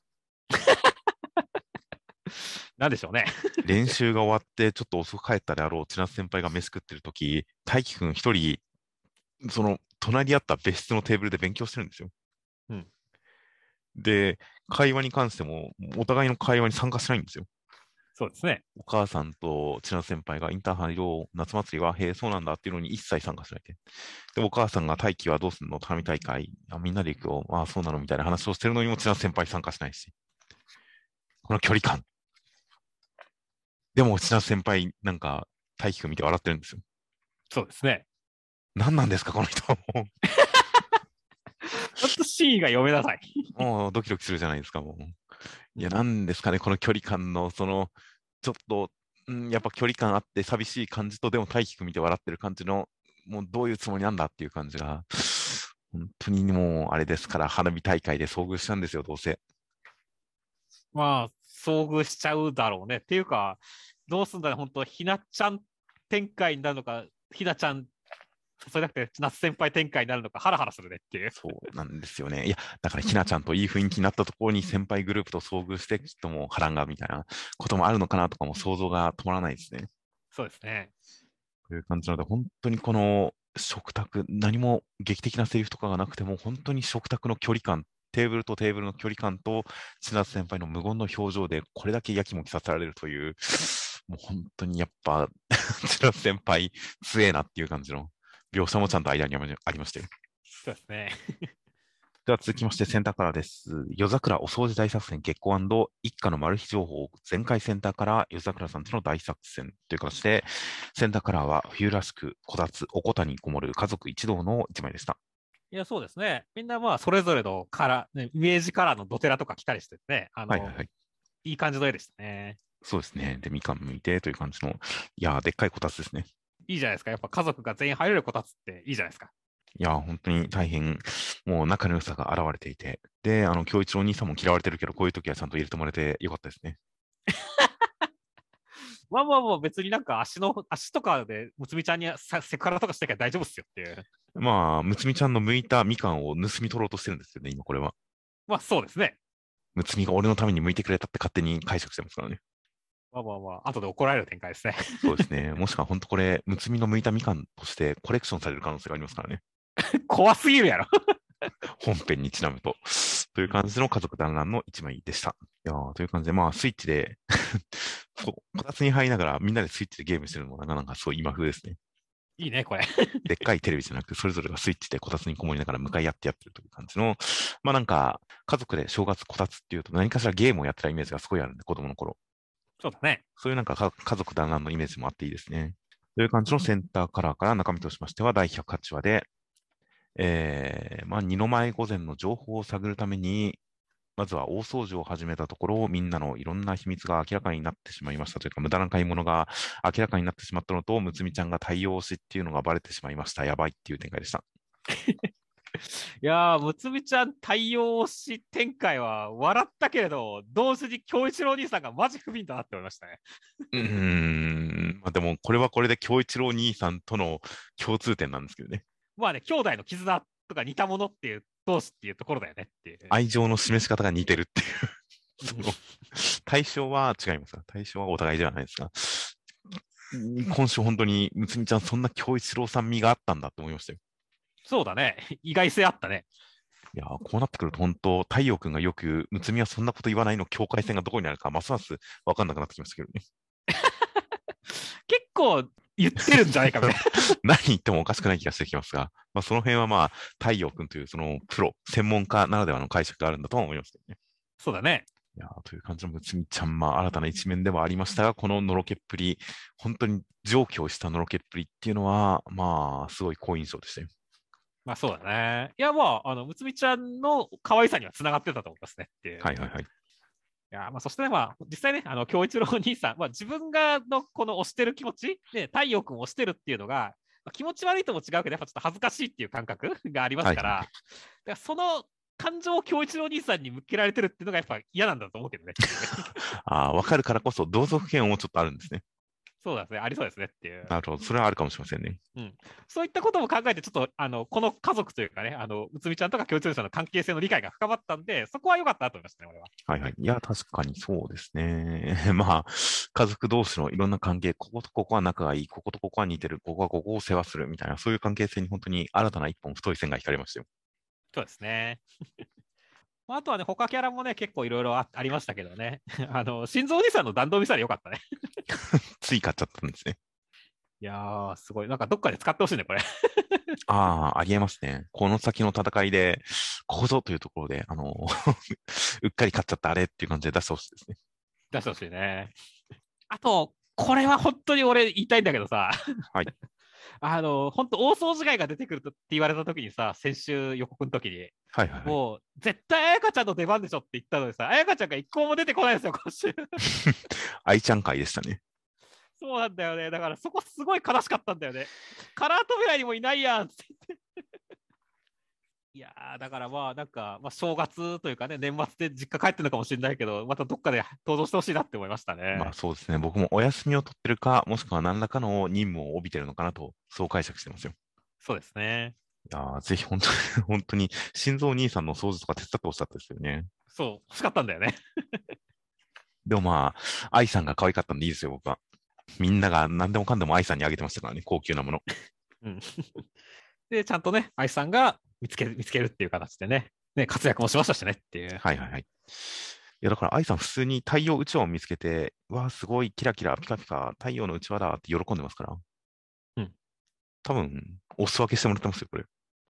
なんでしょうね。 練習が終わって、ちょっと遅く帰ったであろう千夏先輩が飯食ってる時、大輝くん一人、その、隣り合った別室のテーブルで勉強してるんですよ。 うん、 で、会話に関しても、お互いの会話に参加しないんですよ。 そうですね。 お母さんと千奈先輩がインターハイの夏祭りは、へえ、そうなんだっていうのに一切参加しないで。で、お母さんが大輝はどうすんの花見大会。みんなで行くよ。ああ、そうなのみたいな話をしてるのにも千奈先輩参加しないし。この距離感。でも千奈先輩、大輝くん見て笑ってるんですよ。 そうですね。 何なんですか、この人。 ちょっと真意が読めなさい。 もうドキドキするじゃないですか、もう。いや、なんですかね、この距離感の、ちょっと、やっぱ距離感あって寂しい感じと、でも大輝くん見て笑ってる感じの、もうどういうつもりなんだっていう感じが、本当にもう、あれですから、花火大会で遭遇したんですよ、どうせ。 まあ、遭遇しちゃうだろうね。っていうか、どうすんだろう、本当ひなちゃん展開になるのか、ひなちゃんそれなくて夏先輩展開になるのかハラハラするねっていう。 そうなんですよね。いや、だからひなちゃんといい雰囲気になったところに先輩グループと遭遇して、ちょっともう波乱がみたいなこともあるのかなとかも想像が止まらないですね。 そうですね。 という感じなので、本当にこの食卓、何も劇的なセリフとかがなくても、本当に食卓の距離感、テーブルとテーブルの距離感と、千夏先輩の無言の表情で、これだけやきもきさせられるという、もう本当にやっぱ、千夏先輩、強えなっていう感じの描写もちゃんと間にありましたよ。 そうですね。 では続きまして、センターカラーです。夜桜お掃除大作戦決行一家のマル秘情報、全開センターカラー、夜桜さんとの大作戦という形で、センターカラーは冬らしく、こたつ、おこたにこもる家族一同の一枚でした。 いや、そうですね。みんなまあ、それぞれのカラー、ね、イメージカラーのドテラとか着たりしてね、 はいはいはい。 いい感じの絵でしたね。 そうですね。で、みかん剥いてという感じの、いやー、でっかいこたつですね。 いいじゃないですか。やっぱ家族が全員入れるこたつっていいじゃないですか。 いやー、本当に大変、もう仲の良さが現れていて、で、京一郎兄さんも嫌われてるけど、こういう時はちゃんと入れてもらえてよかったですね。 まあまあまあ、別になんか足とかで、むつみちゃんにセクハラとかしてから大丈夫っすよっていう。 まあ、むつみちゃんの剥いたみかんを盗み取ろうとしてるんですよね、今これは。 まあそうですね。 むつみが俺のために剥いてくれたって勝手に解釈してますからね。 まあまあまあ、後で怒られる展開ですね。 そうですね。もしくは本当これ、むつみの剥いたみかんとしてコレクションされる可能性がありますからね。 怖すぎるやろ。 本編にちなむと。という感じの家族団らんの一枚でした。いやーという感じで、まあ、スイッチでそう、こたつに入りながらみんなでスイッチでゲームしてるのもなかなかそう今風ですね。 いいね、これ。 でっかいテレビじゃなくて、それぞれがスイッチでこたつにこもりながら向かい合ってやってるという感じの、まあなんか、家族で正月こたつっていうと何かしらゲームをやってたイメージがすごいあるんで、子供の頃。 そうだね。 そういうなんか家族団らんのイメージもあっていいですね。という感じのセンターカラーから中身としましては第108話で、まあ、二の舞御前の情報を探るために、まずは大掃除を始めたところ、みんなのいろんな秘密が明らかになってしまいましたというか、無駄な買い物が明らかになってしまったのと、むつみちゃんが対応しっていうのがバレてしまいました。やばいっていう展開でした。 いやー、むつみちゃん対応し展開は笑ったけれど、同時に京一郎兄さんがマジ不憫だなって思いましたね。 まあ、でも、これはこれで京一郎兄さんとの共通点なんですけどね。 まあね、兄弟の絆とか似たものっていう、同士っていうところだよねっていう。 愛情の示し方が似てるっていう。 うん、 その、対象は違いますか？対象はお互いではないですが。今週本当に、むつみちゃんそんな京一郎さん味があったんだって思いましたよ。 そうだね。意外性あったね。 いやー、こうなってくると本当、太陽君がよく、むつみはそんなこと言わないの境界線がどこにあるか、ますますわかんなくなってきましたけどね。 結構言ってるんじゃないかみたいな。 何言ってもおかしくない気がしてきますが、まあ、その辺はまあ、太陽君というそのプロ、専門家ならではの解釈があるんだとは思いますけどね。 そうだね。 いやーという感じのむつみちゃん、まあ、新たな一面ではありましたが、こののろけっぷり、本当に上京したのろけっぷりっていうのは、まあ、すごい好印象でしたよ。 まあそうだね。いや、まあ、むつみちゃんの可愛さにはつながってたと思いますねっていう。 はいはいはい。 いや、まあ、そしてね、まあ、実際ね、京一郎お兄さん、まあ、自分がのこの推してる気持ち、ね、太陽君を推してるっていうのが、まあ、気持ち悪いとも違うけど、やっぱちょっと恥ずかしいっていう感覚がありますから、 はいはい。 だからその感情を京一郎お兄さんに向けられてるっていうのがやっぱ嫌なんだと思うけどね。 ああ、わかるからこそ、同族嫌悪もちょっとあるんですね。 そうですね、ありそうですねっていう。 なるほど。それはあるかもしれませんね。 うん、そういったことも考えて、ちょっとこの家族というかね、うつみちゃんとか京一郎さんの関係性の理解が深まったんで、そこは良かったと思いましたね、俺は。 はいはい。いや、確かにそうですね。まあ、家族同士のいろんな関係、こことここは仲がいい、こことここは似てる、ここはここを世話するみたいな、そういう関係性に本当に新たな一本太い線が引かれましたよ。 そうですね。まあ、あとはね、他キャラもね、結構いろいろありましたけどね。心臓おじさんの弾道ミサイルよかったね。 つい買っちゃったんですね。 いやー、すごい。なんかどっかで使ってほしいね、これ。 ああ、ありえますね。この先の戦いで、ここぞというところで、うっかり買っちゃったあれっていう感じで出してほしいですね。 出してほしいね。あと、これは本当に俺言いたいんだけどさ、 はい。 本当大掃除会が出てくるとって言われた時にさ、先週予告の時に、 はいはいはい。 もう、絶対彩香ちゃんの出番でしょって言ったのにさ、彩香ちゃんが一個も出てこないんですよ、今週。 愛ちゃん会でしたね。 そうなんだよね。だからそこすごい悲しかったんだよね。カラー扉にもいないやんって。いやー、だからまあ、なんか、まあ、正月というかね、年末で実家帰ってるのかもしれないけど、またどっかで登場してほしいなって思いましたまあね。 そうですね。僕もお休みを取ってるか、もしくは何らかの任務を帯びてるのかなと、そう解釈してますよ。 そうですね。 いやーぜひ本当に、本当に、心臓兄さんの掃除とか手伝ってほしかったですよね。 そう、欲しかったんだよね。 でもまあ、愛さんが可愛かったんでいいですよ、僕は。みんなが何でもかんでも愛さんにあげてましたからね、高級なもの。 うん。で、ちゃんとね、愛さんが見つけるっていう形でね、活躍もしましたしねっていう。 はいはいはい。いや、だから愛さん普通に太陽うちわを見つけて、うわー、すごいキラキラ、ピカピカ、太陽のうちわだって喜んでますから。 うん。 多分、お裾分けしてもらってますよ、これ。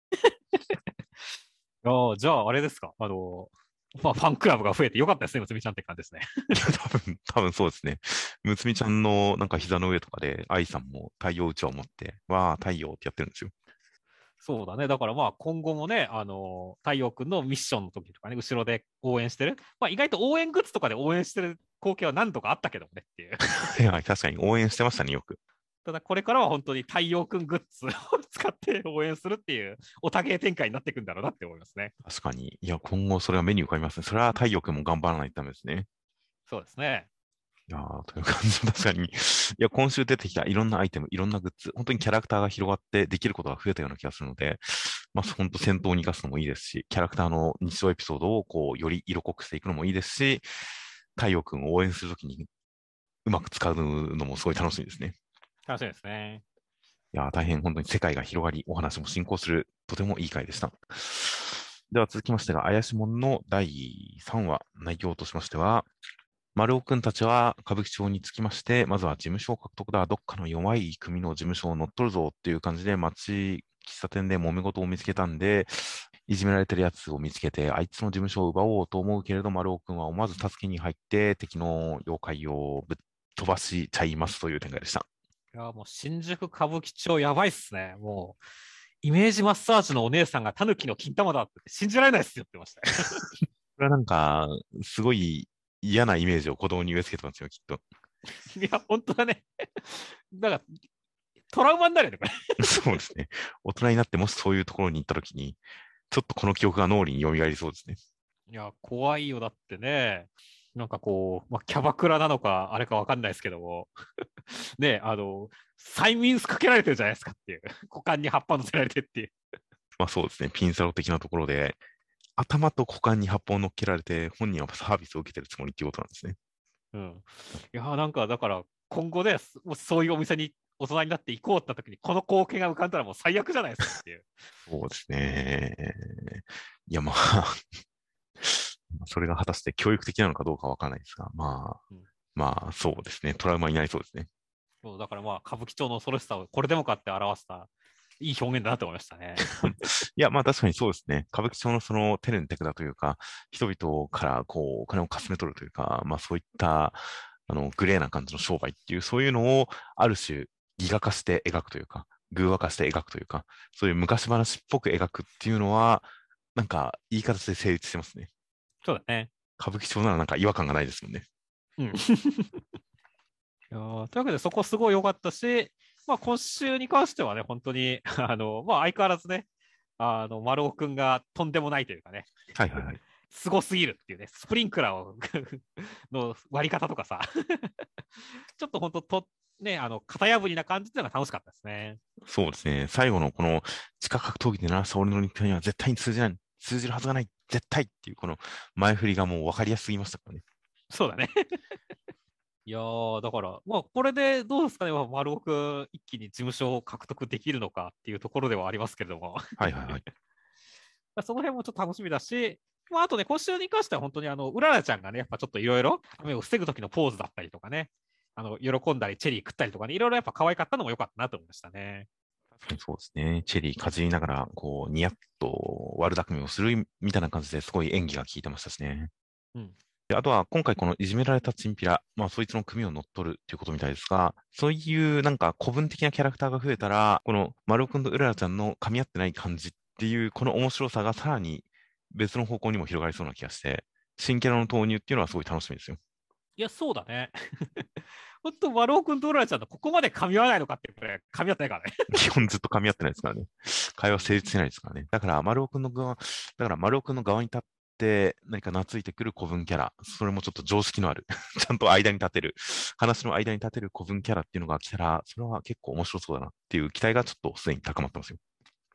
じゃあ、あれですか。まあ、ファンクラブが増えてよかったですね、むつみちゃんって感じですね。 いや、多分そうですね。むつみちゃんのなんか膝の上とかで、愛さんも太陽うちわを持って、わー、太陽ってやってるんですよ。 そうだね。だからまあ、今後もね、太陽くんのミッションの時とかね、後ろで応援してる。まあ、意外と応援グッズとかで応援してる光景は何度かあったけどねっていう。 いや、確かに応援してましたね、よく。 ただ、これからは本当に太陽くんグッズを使って応援するっていう、おたげ展開になっていくんだろうなって思いますね。 確かに。いや、今後それは目に浮かびますね。それは太陽君も頑張らないとダメですね。 そうですね。 いやー、という感じで確かに。いや、今週出てきたいろんなアイテム、いろんなグッズ、本当にキャラクターが広がってできることが増えたような気がするので、まあ、本当戦闘に活かすのもいいですし、キャラクターの日常エピソードをこう、より色濃くしていくのもいいですし、太陽君を応援するときにうまく使うのもすごい楽しみですね。 楽しみですね。 いやー、大変本当に世界が広がり、お話も進行する、とてもいい回でした。では続きましてが、怪しもんの第3話、内容としましては、丸尾くんたちは歌舞伎町に着きまして、まずは事務所獲得だ、どっかの弱い組の事務所を乗っ取るぞっていう感じで、喫茶店で揉め事を見つけたんで、いじめられてるやつを見つけて、あいつの事務所を奪おうと思うけれど、丸尾くんは思わず助けに入って、敵の妖怪をぶっ飛ばしちゃいますという展開でした。 いや、もう新宿歌舞伎町やばいっすね。もう、イメージマッサージのお姉さんがタヌキの金玉だって信じられないっすよって言ってましたよ。 これはなんか、すごい嫌なイメージを子供に植え付けてますよ、きっと。 いや、本当だね。だから、トラウマになるよね、これ。 そうですね。大人になってもしそういうところに行ったときに、ちょっとこの記憶が脳裏に蘇りそうですね。 いや、怖いよ。だってね、なんかこう、まあ、キャバクラなのか、あれかわかんないですけども、ね、催眠かけられてるじゃないですかっていう。股間に葉っぱ乗せられてっていう。 まあそうですね。ピンサロ的なところで、頭と股間に葉っぱを乗っけられて、本人はサービスを受けてるつもりっていうことなんですね。 うん。いや、なんか、だから、今後ね、もしそういうお店に大人になって行こうってなった時に、この光景が浮かんだらもう最悪じゃないですかっていう。 そうですね。いや、まあそれが果たして教育的なのかどうかわからないですが、 うん、 まあ、そうですね。トラウマになりそうですね。 そうだからまあ、歌舞伎町の恐ろしさをこれでもかって表した、いい表現だなと思いましたね。 いや、まあ確かにそうですね。歌舞伎町のそのテレンテクだというか、人々からこう、お金をかすめ取るというか、まあそういった、グレーな感じの商売っていう、そういうのを、ある種、ギガ化して描くというか、偶話化して描くというか、そういう昔話っぽく描くっていうのは、なんか、いい形で成立してますね。 そうだね。 歌舞伎町ならなんか違和感がないですもんね。 うん。いやというわけで、そこすごい良かったし、まあ、今週に関してはね、本当に、まあ、相変わらずね、丸尾くんがとんでもないというかね、 はいはいはい。 すごすぎるっていうね、スプリンクラーをの割り方とかさ、ちょっと本当ね、型破りな感じっていうのが楽しかったですね。 そうですね。最後のこの地下格闘技で鳴らした俺の肉体には絶対に通じない。通じるはずがない。絶対っていうこの前振りがもう分かりやすすぎましたからね。 そうだね。いやだから、まあ、これでどうですかね、まあ丸尾くん、一気に事務所を獲得できるのかっていうところではありますけれども、 はいはいはい。 その辺もちょっと楽しみだし、まあ、あとね、今週に関しては本当にうららちゃんがね、やっぱちょっといろいろ、雨を防ぐ時のポーズだったりとかね、喜んだり、チェリー食ったりとかね、いろいろやっぱ可愛かったのも良かったなと思いましたね。 確かにそうですね。チェリーかじりながら、こう、ニヤッと悪巧みをするみたいな感じですごい演技が効いてましたしね。 うん。 で、あとは今回このいじめられたチンピラ、まあそいつの組を乗っ取るっていうことみたいですが、そういうなんか古文的なキャラクターが増えたら、この丸尾くんとうららちゃんの噛み合ってない感じっていう、この面白さがさらに別の方向にも広がりそうな気がして、新キャラの投入っていうのはすごい楽しみですよ。 いや、そうだね。本当、丸尾くんとうららちゃんとここまで噛み合わないのかってこれ、噛み合ってないからね。 基本ずっと噛み合ってないですからね。会話成立してないですからね。だから丸尾くんの側に立って何か懐いてくる古文キャラ、それもちょっと常識のあるちゃんと間に立てる、話の間に立てる古文キャラっていうのが来たら、それは結構面白そうだなっていう期待がちょっとすでに高まってますよ。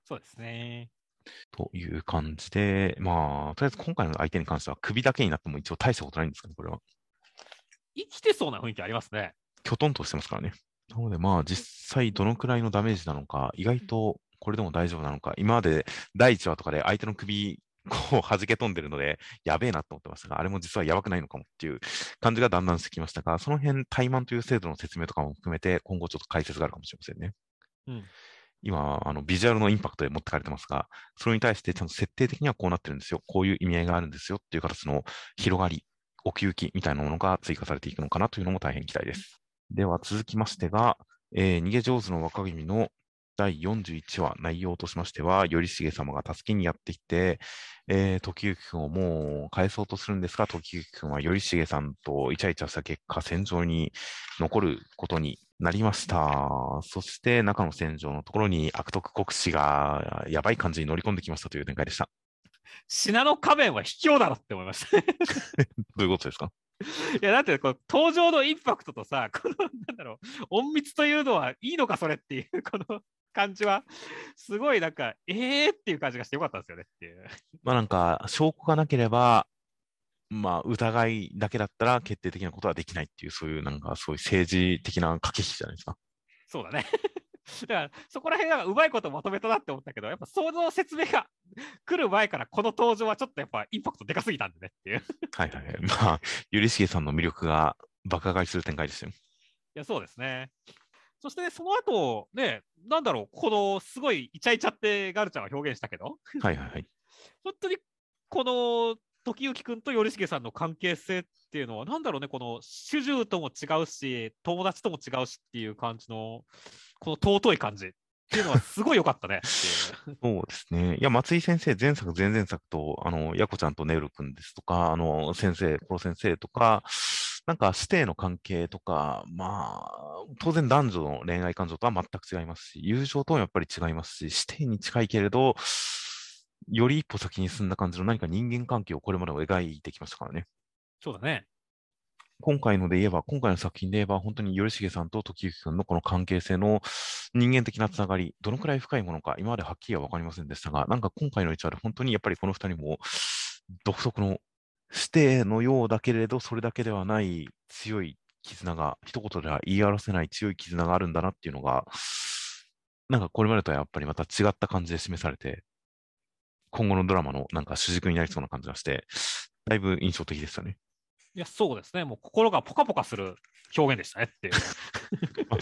そうですね。 という感じで、まあ、とりあえず今回の相手に関しては首だけになっても一応大したことないんですかね、これは。 生きてそうな雰囲気ありますね。 きょとんとしてますからね。なのでまあ、実際どのくらいのダメージなのか、意外とこれでも大丈夫なのか、今まで第1話とかで相手の首、こう弾け飛んでるので、やべえなと思ってましたが、あれも実はやばくないのかもっていう感じがだんだんしてきましたが、その辺、怠慢という制度の説明とかも含めて、今後ちょっと解説があるかもしれませんね。 うん。 今、ビジュアルのインパクトで持ってかれてますが、それに対してちゃんと設定的にはこうなってるんですよ。こういう意味合いがあるんですよっていう形の広がり、奥行きみたいなものが追加されていくのかなというのも大変期待です。では続きましてが、逃げ上手の若君の第41話、内容としましては、頼重様が助けにやってきて、時行君をもう返そうとするんですが、時行君は頼重さんとイチャイチャした結果、戦場に残ることになりました。そして、中の戦場のところに悪徳国士がやばい感じに乗り込んできましたという展開でした。 信濃仮面は卑怯だろって思いました。 どういうことですか？ いや、だってこう登場のインパクトとさ、この、なんだろう、隠密というのはいいのか、それっていう、この感じは、すごいなんか、っていう感じがしてよかったんですよねっていう。 まあなんか、証拠がなければ、まあ疑いだけだったら決定的なことはできないっていう、そういうなんか、そういう政治的な駆け引きじゃないですか。 そうだね。だから、そこら辺がうまいことまとめたなって思ったけど、やっぱその説明が来る前からこの登場はちょっとやっぱインパクトでかすぎたんでねっていう。 はいはいはい。まあ、頼重さんの魅力が爆上がりする展開ですよ。 いや、そうですね。そして、ね、その後、ね、なんだろう、このすごいイチャイチャってガルちゃんは表現したけど、 はいはいはい。 本当にこの時行君と頼重さんの関係性っていうのは、なんだろうね、この主従とも違うし、友達とも違うしっていう感じの、この尊い感じっていうのはすごい良かったねっていう。 そうですね。いや、松井先生、前作、前々作と、やこちゃんとねるくんですとか、先生、プロ先生とか、なんか師弟の関係とか、まあ、当然男女の恋愛感情とは全く違いますし、友情ともやっぱり違いますし、師弟に近いけれど、より一歩先に進んだ感じの何か人間関係をこれまでも描いてきましたからね。 そうだね。 今回の作品で言えば、本当に頼重さんと時行くんのこの関係性の人間的なつながり、どのくらい深いものか、今まではっきりは分かりませんでしたが、なんか今回の一話で本当にやっぱりこの二人も独特の師弟のようだけれど、それだけではない強い絆が、一言では言い表せない強い絆があるんだなっていうのが、なんかこれまでとはやっぱりまた違った感じで示されて、今後のドラマのなんか主軸になりそうな感じがして、だいぶ印象的でしたね。 いや、そうですね。もう心がポカポカする表現でしたねっていう。 あ、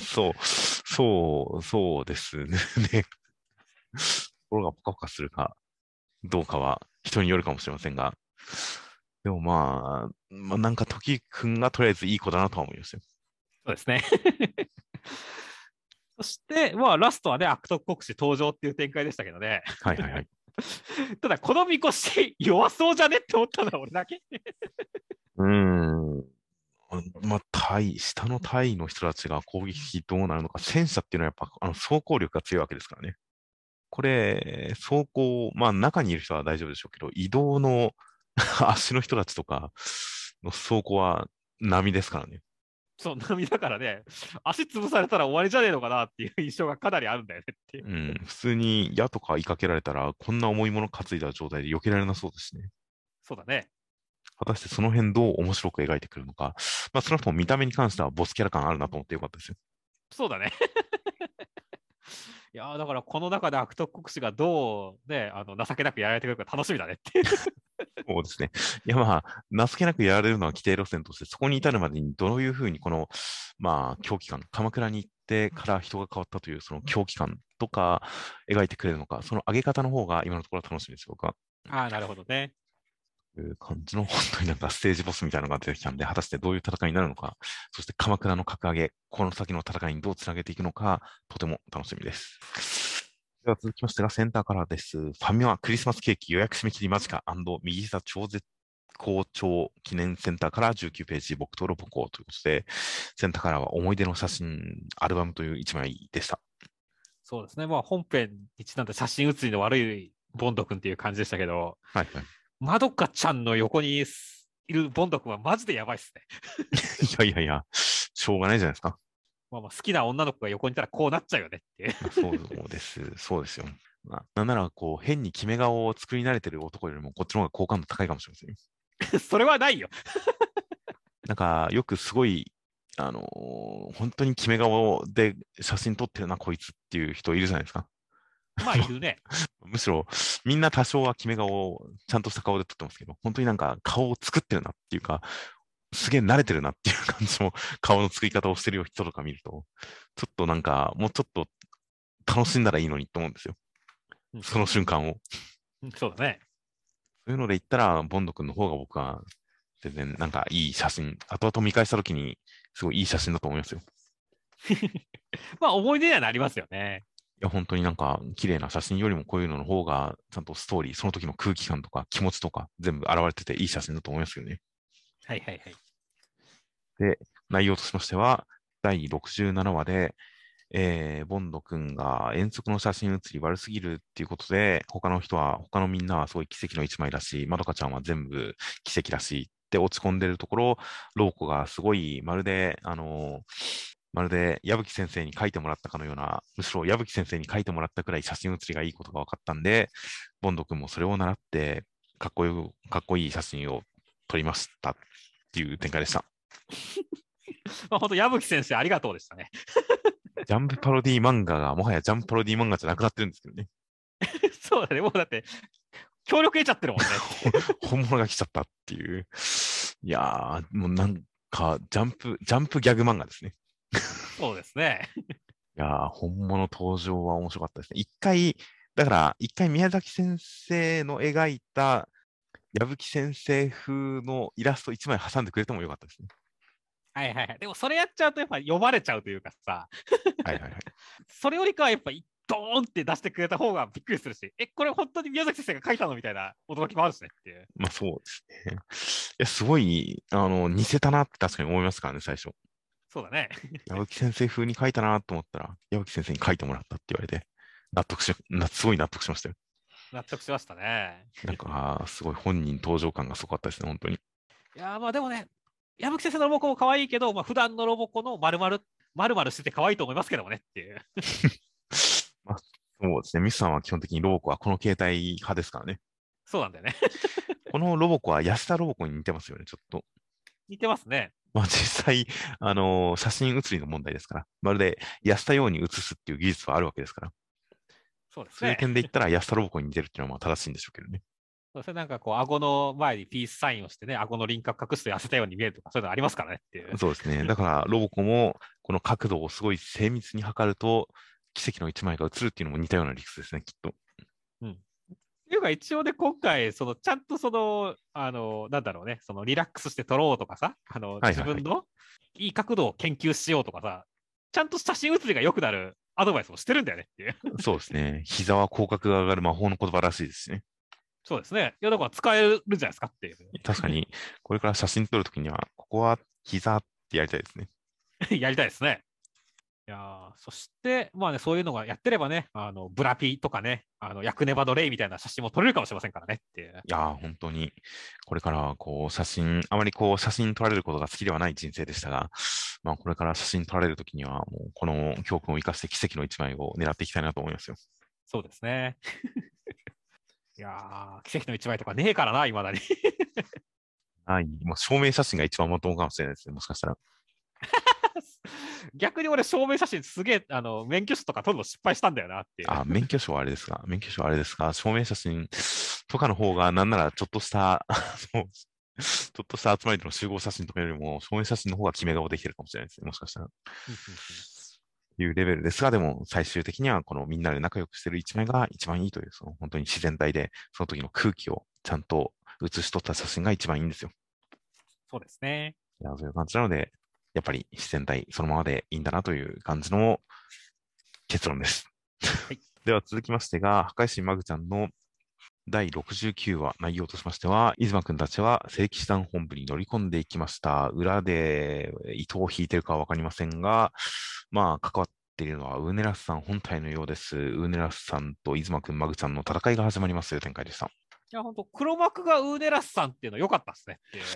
そうですね。心がポカポカするかどうかは人によるかもしれませんが、でもまあなんか時くんがとりあえずいい子だなとは思いましたよ。 そうですね。そして、まあ、ラストはね、悪徳国士登場っていう展開でしたけどね。 はいはいはい。 ただ、このみこし弱そうじゃねって思ったのは俺だけ。 うーん。まあ、下のタイの人たちが攻撃どうなるのか、戦車っていうのはやっぱ、走行力が強いわけですからね。これ、走行、まあ中にいる人は大丈夫でしょうけど、移動の足の人たちとかの走行は波ですからね。 そう、波だからね、足潰されたら終わりじゃねえのかなっていう印象がかなりあるんだよねっていう。 うん、普通に矢とか追いかけられたら、こんな重いもの担いだ状態で避けられなそうですね。 そうだね。 果たしてその辺どう面白く描いてくるのか。まあ、少なくとも見た目に関してはボスキャラ感あるなと思ってよかったですよ。 そうだね。いやだからこの中で悪徳国士がどうね、情けなくやられてくるか楽しみだねっていう。 そうですね。いやまあ、情けなくやられるのは規定路線として、そこに至るまでにどういうふうにこの、まあ、狂気感、鎌倉に行ってから人が変わったというその狂気感とか描いてくれるのか、その上げ方の方が今のところは楽しみです、僕は。 ああ、なるほどね。 いう感じの、本当になんかステージボスみたいなのが出てきたんで、果たしてどういう戦いになるのか、そして鎌倉の格上げ、この先の戦いにどうつなげていくのか、とても楽しみです。では続きましてがセンターカラーです。ファミマクリスマスケーキ予約締め切り間近右膝超絶好調記念センターカラー19ページ、僕とロボコということで、センターカラーは思い出の写真、アルバムという一枚でした。 そうですね。まあ本編にちなんだ写真写りの悪いボンド君っていう感じでしたけど、 はいはい。 まどかちゃんの横にいるボンド君はマジでやばいっすね。 いや、しょうがないじゃないですか。 まあ好きな女の子が横にいたらこうなっちゃうよねっていう。 まあ、そうです。そうですよ。 なんなら、こう、変に決め顔を作り慣れてる男よりも、こっちの方が好感度高いかもしれませんよ。 それはないよ。 なんか、よくすごい、本当に決め顔で写真撮ってるな、こいつっていう人いるじゃないですか。 まあ、いるね。 むしろ、みんな多少は決め顔をちゃんとした顔で撮ってますけど、本当になんか顔を作ってるなっていうか、すげえ慣れてるなっていう感じの顔の作り方をしてる人とか見ると、ちょっとなんか、もうちょっと楽しんだらいいのにと思うんですよ。その瞬間を。 そうだね。 そういうので言ったら、ボンド君の方が僕は全然なんかいい写真、後々見返したときに、すごいいい写真だと思いますよ。 まあ、思い出にはなりますよね。 いや、本当になんか、綺麗な写真よりもこういうのの方が、ちゃんとストーリー、その時の空気感とか気持ちとか全部現れてていい写真だと思いますよね。 はいはいはい。 で、内容としましては、第67話で、ボンド君が遠足の写真写り悪すぎるっていうことで、他のみんなはすごい奇跡の一枚だし、まどかちゃんは全部奇跡だしって落ち込んでるところ、ローコがすごい、まるで矢吹先生に書いてもらったかのような、むしろ矢吹先生に書いてもらったくらい写真写りがいいことが分かったんで、ボンド君もそれを習って、かっこいい写真を撮りましたっていう展開でした。 まあ、本当矢吹先生ありがとうでしたね。 ジャンプパロディ漫画がもはやジャンプパロディ漫画じゃなくなってるんですけどね。 そうだね。もうだって、協力得ちゃってるもんね。 本物が来ちゃったっていう。いやー、もうなんか、ジャンプギャグ漫画ですね。 そうですね。 いやー、本物登場は面白かったですね。一回宮崎先生の描いた矢吹先生風のイラスト一枚挟んでくれてもよかったですね。 はいはいはい。でもそれやっちゃうとやっぱ読まれちゃうというかさ、 はいはいはい。 それよりかはやっぱドーンって出してくれた方がびっくりするし、これ本当に宮崎先生が書いたのみたいな驚きもあるしねっていう。 まあそうですね。いや、すごい、似せたなって確かに思いますからね、最初。 そうだね。 矢吹先生風に書いたなと思ったら、矢吹先生に書いてもらったって言われて、すごい納得しましたよ。 納得しましたね。 なんか、すごい本人登場感がすごかったですね、本当に。 いやーまあでもね、矢吹先生のロボコも可愛いけど、まあ普段のロボコの丸々してて可愛いと思いますけどもねっていう。 まあ、そうですね。ミスさんは基本的にロボコはこの形態派ですからね。 そうなんだよね。 このロボコは安田ロボコに似てますよね、ちょっと。 似てますね。 まあ実際、写真写りの問題ですから。まるで安田ように写すっていう技術はあるわけですから。そういうそうですね。 点で言ったら安田ロボコに似てるっていうのはまあ正しいんでしょうけどね。 そうですね。なんかこう、顎の前にピースサインをしてね、顎の輪郭隠すと痩せたように見えるとか、そういうのありますからねっていう。 そうですね。だからロボコもこの角度をすごい精密に測ると奇跡の一枚が写るっていうのも似たような理屈ですね、きっと。 うん。っていうか、一応ね、今回、ちゃんとなんだろうね、リラックスして撮ろうとかさ、 はいはいはい。 自分のいい角度を研究しようとかさ、ちゃんと写真写りが良くなるアドバイスをしてるんだよねっていう。 そうですね。膝は口角が上がる魔法の言葉らしいですしね。 そうですね。いや、だから使えるんじゃないですかっていう。 確かに、これから写真撮るときには、ここは膝ってやりたいですね。 やりたいですね。いやそして、まあね、そういうのがやってればね、ブラピとかね、ヤクネバのレイみたいな写真も撮れるかもしれませんからねっていう。 いやー、本当に、これからはこうあまりこう写真撮られることが好きではない人生でしたが、まあこれから写真撮られるときには、もうこの教訓を生かして奇跡の一枚を狙っていきたいなと思いますよ。 そうですね。いや奇跡の一枚とかねえからな、いまだに。 はい。もう証明写真が一番まともかもしれないですね。もしかしたら。 逆に俺、証明写真すげえ、免許証とか撮るの失敗したんだよなっていう。 免許証はあれですが、証明写真とかの方が、なんならちょっとしたそうちょっとした集まりでの集合写真とかよりも、証明写真の方が決め顔できてるかもしれないですね。もしかしたら。いうレベルですが、でも最終的にはこのみんなで仲良くしてる一枚が一番いいという、その本当に自然体で、その時の空気をちゃんと写し取った写真が一番いいんですよ。 そうですね。 いや、そういう感じなので、やっぱり自然体そのままでいいんだなという感じの結論です。 はい。 では続きましてが、破壊神マグちゃんの第69話、内容としましては、出馬くんたちは聖騎士団本部に乗り込んでいきました。裏で糸を引いてるかはわかりませんが、まあ、関わっているのはウーネラスさん本体のようです。ウーネラスさんと出馬くん、マグちゃんの戦いが始まりますという展開でした。 いや、本当黒幕がウーネラスさんっていうの良かったですねっていう。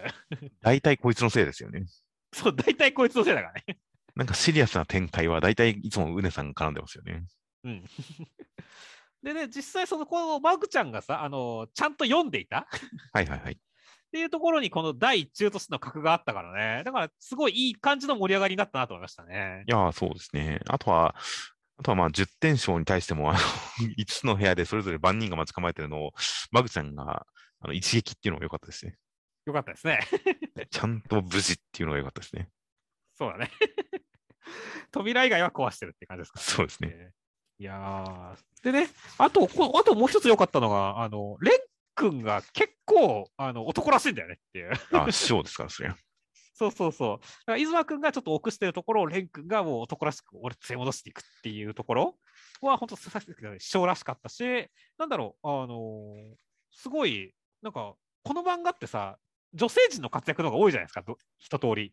大体こいつのせいですよね。 そう、大体こいつのせいだからね。 なんかシリアスな展開は大体いつもウーネさんが絡んでますよね。 うん。 でね、実際その、このマグちゃんがさ、ちゃんと読んでいたっはいはいはい。 ていうところに、この第一中としての格があったからね。だから、すごいいい感じの盛り上がりになったなと思いましたね。 いやー、そうですね。あとはまあ、10点賞に対しても、5つの部屋でそれぞれ万人が待ち構えてるのを、マグちゃんが、一撃っていうのが良かったですね。 よかったですね。 ちゃんと無事っていうのが良かったですね。 そうだね。扉以外は壊してるって感じですからね。 そうですね。 いやでね、あともう一つ良かったのが、レン君が結構、男らしいんだよねっていう。 あ、師匠ですから、そりゃ。 そうそうそう。だから、伊沢君がちょっと臆してるところを、レン君がもう男らしく、俺、連れ戻していくっていうところは、本当さっき言ったように師匠らしかったし、なんだろう、すごい、なんか、この漫画ってさ、女性陣の活躍の方が多いじゃないですか、一通り。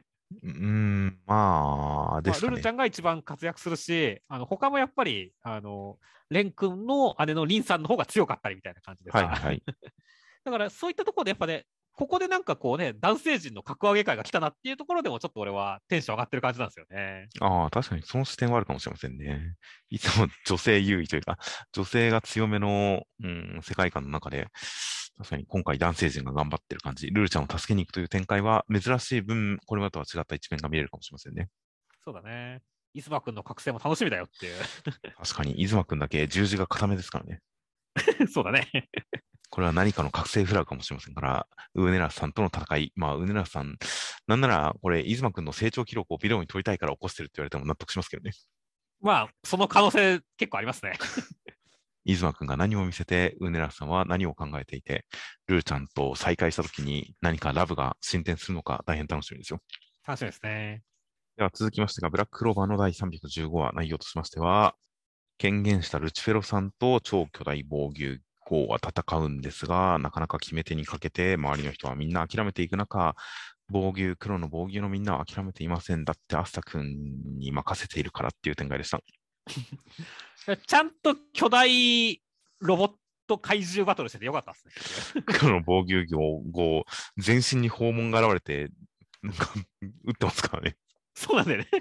まあ、でまあ、 すかね。 ルルちゃんが一番活躍するし、他もやっぱり、レン君の姉のリンさんの方が強かったりみたいな感じでさ。 はいはいはい。 だからそういったところでやっぱね、ここでなんかこうね、男性陣の格上げ会が来たなっていうところでもちょっと俺はテンション上がってる感じなんですよね。 ああ、確かにその視点はあるかもしれませんね。いつも女性優位というか、女性が強めの、世界観の中で、確かに今回男性陣が頑張ってる感じ、ルルちゃんを助けに行くという展開は珍しい分、これまでとは違った一面が見れるかもしれませんね。 そうだね。イスバ君の覚醒も楽しみだよっていう。 確かに、伊豆くんだけ十字が固めですからね。 そうだね。 これは何かの覚醒フラグかもしれませんから、ウーネラスさんとの戦い、まあ、ウーネラスさん、なんなら、これ、伊豆くんの成長記録をビデオに撮りたいから起こしてるって言われても納得しますけどね。 まあ、その可能性結構ありますね。 伊豆くんが何を見せて、ウーネラスさんは何を考えていて、ルーちゃんと再会したときに何かラブが進展するのか大変楽しみですよ。 楽しみですね。 では続きましてが、ブラッククローバーの第315話内容としましては、権限したルチフェロさんと超巨大防御号は戦うんですが、なかなか決め手にかけて、周りの人はみんな諦めていく中、黒の防御のみんなは諦めていません。だってアスタ君に任せているからっていう展開でした。 ちゃんと巨大ロボット怪獣バトルしててよかったですね。 黒の防御号、全身に訪問が現れて、なんか、撃ってますからね。 そうなんだよね。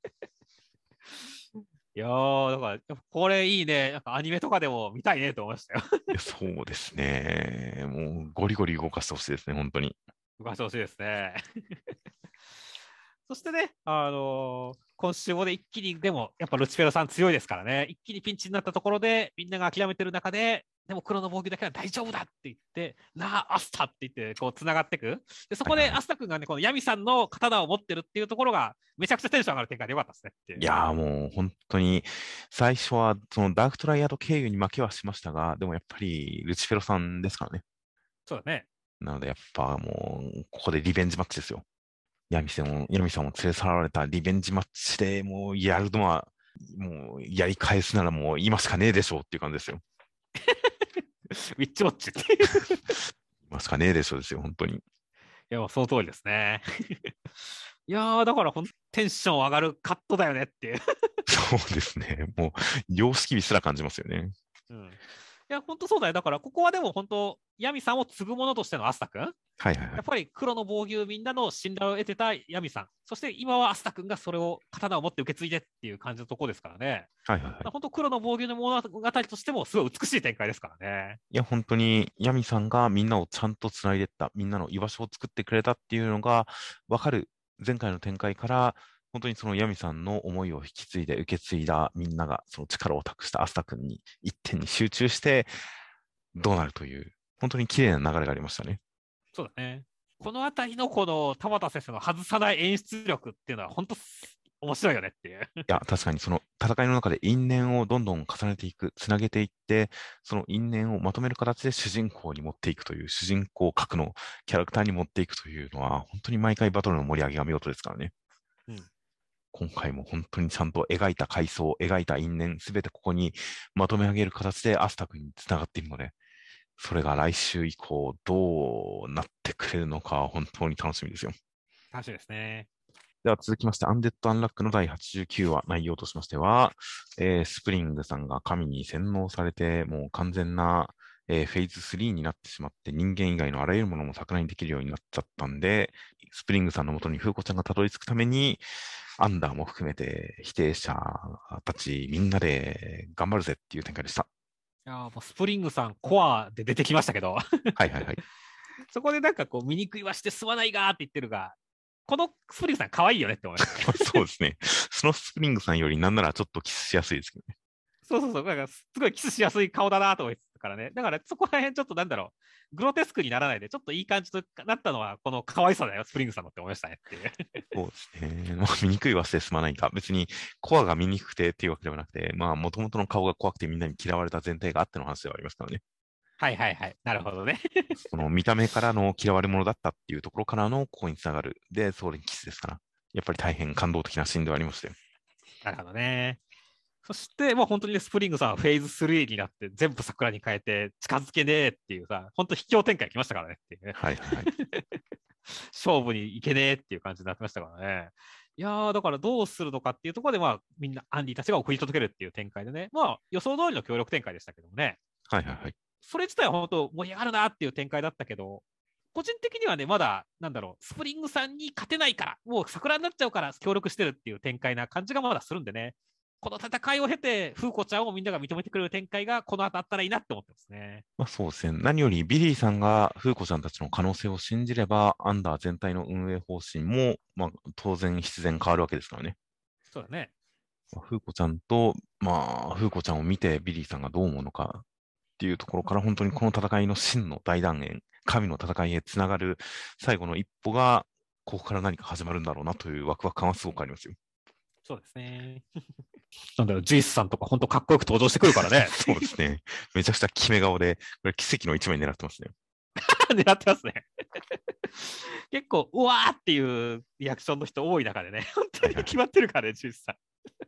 いやー、だから、やっぱこれいいね。なんかアニメとかでも見たいねと思いましたよ。 いやそうですね。もうゴリゴリ動かしてほしいですね、本当に。 動かしてほしいですね。そしてね、今週もで一気に、でも、やっぱルチフェロさん強いですからね、一気にピンチになったところで、みんなが諦めてる中で、でも黒の防御だけは大丈夫だって言って、なあ、アスタって言って、こう、つながっていく。で、そこではいはい。 アスタ君がね、このヤミさんの刀を持ってるっていうところが、めちゃくちゃテンション上がる展開でよかったですねっていう。 いやーもう本当に、最初はそのダークトライアド経由に負けはしましたが、でもやっぱりルチフェロさんですからね。 そうだね。 なのでやっぱもう、ここでリベンジマッチですよ。ヤミさんを連れ去られたリベンジマッチでもうやるのは、もうやり返すならもう今しかねえでしょうっていう感じですよ。 ウィッチウォッチっていう。 今しかねえでしょうですよ、本当に。 いや、その通りですね。いやー、だからテンション上がるカットだよねっていう。 そうですね。もう、様式美すら感じますよね。 うん。いや、本当そうだよ。だから、ここはでも本当、ヤミさんを継ぐ者としてのアスタ君。 はいはいはい。 やっぱり黒の防御みんなの信頼を得てたヤミさん。そして今はアスタ君がそれを刀を持って受け継いでっていう感じのところですからね。 はいはいはい。 本当、黒の防御の物語としてもすごい美しい展開ですからね。 いや、本当に、ヤミさんがみんなをちゃんと繋いでいった、みんなの居場所を作ってくれたっていうのがわかる前回の展開から、本当にそのヤミさんの思いを引き継いで受け継いだみんなが、その力を託したアスタ君に一点に集中して、どうなるという、本当に綺麗な流れがありましたね。 そうだね。このあたりのこの田畑先生の外さない演出力っていうのは本当面白いよねっていう。 いや、確かにその戦いの中で因縁をどんどん重ねていく、つなげていって、その因縁をまとめる形で主人公に持っていくという、主人公格のキャラクターに持っていくというのは、本当に毎回バトルの盛り上げが見事ですからね。 うん。 今回も本当にちゃんと描いた階層、描いた因縁、すべてここにまとめ上げる形でアスタ君につながっているので、それが来週以降どうなってくれるのか、本当に楽しみですよ。 楽しみですね。 では続きまして、アンデッド・アンラックの第89話、内容としましては、スプリングさんが神に洗脳されて、もう完全な、フェーズ3になってしまって、人間以外のあらゆるものも魚にできるようになっちゃったんで、スプリングさんのもとに風子ちゃんがたどり着くために、アンダーも含めて否定者たちみんなで頑張るぜっていう展開でした。 いやもうスプリングさん、コアで出てきましたけど、 はいはいはい。 そこでなんかこう、醜いはしてすまないがーって言ってるが、このスプリングさん、可愛いよねって思いましたね。 まあそうですね。そのスプリングさんよりなんならちょっとキスしやすいですけどね。 そうそうそう、なんかすごいキスしやすい顔だなと思ってたからね。だからそこら辺ちょっとなんだろう、グロテスクにならないで、ちょっといい感じとなったのは、この可愛さだよ、スプリングさんのって思いましたねっていう。 そうですね。まあ、醜いはしてすまないか。別にコアが醜くてっていうわけではなくて、まあ、もともとの顔が怖くてみんなに嫌われた前提があっての話ではありますからね。 はいはいはい。なるほどね。 その見た目からの嫌われ者だったっていうところからのここにつながる。で、それにキスですから。やっぱり大変感動的なシーンではありましたよ。 なるほどね。そして、もう本当にね、スプリングさんはフェーズ3になって、全部桜に変えて、近づけねえっていうさ、本当秘境展開来ましたからねっていうね。 はいはい。 勝負に行けねえっていう感じになってましたからね。いやー、だからどうするのかっていうところで、まあ、みんな、アンディたちが送り届けるっていう展開でね、まあ、予想通りの協力展開でしたけどもね、 はいはいはい。 それ自体は本当盛り上がるなっていう展開だったけど、個人的にはね、まだ、なんだろう、スプリングさんに勝てないから、もう桜になっちゃうから協力してるっていう展開な感じがまだするんでね、この戦いを経て、風子ちゃんをみんなが認めてくれる展開がこの後あったらいいなって思ってますね。 まあそうですね。何よりビリーさんが風子ちゃんたちの可能性を信じれば、アンダー全体の運営方針も、まあ当然必然変わるわけですからね。 そうだね。 まあ風子ちゃんと、まあ風子ちゃんを見てビリーさんがどう思うのかっていうところから本当にこの戦いの真の大団円、神の戦いへつながる最後の一歩が、ここから何か始まるんだろうなというワクワク感はすごくありますよ。 そうですね。なんだろう、ジースさんとか本当かっこよく登場してくるからね。 そうですね。めちゃくちゃ決め顔で、これ奇跡の一枚狙ってますね。 狙ってますね。結構、うわーっていうリアクションの人多い中でね、本当はいはいはい。 に決まってるからね、ジースさん。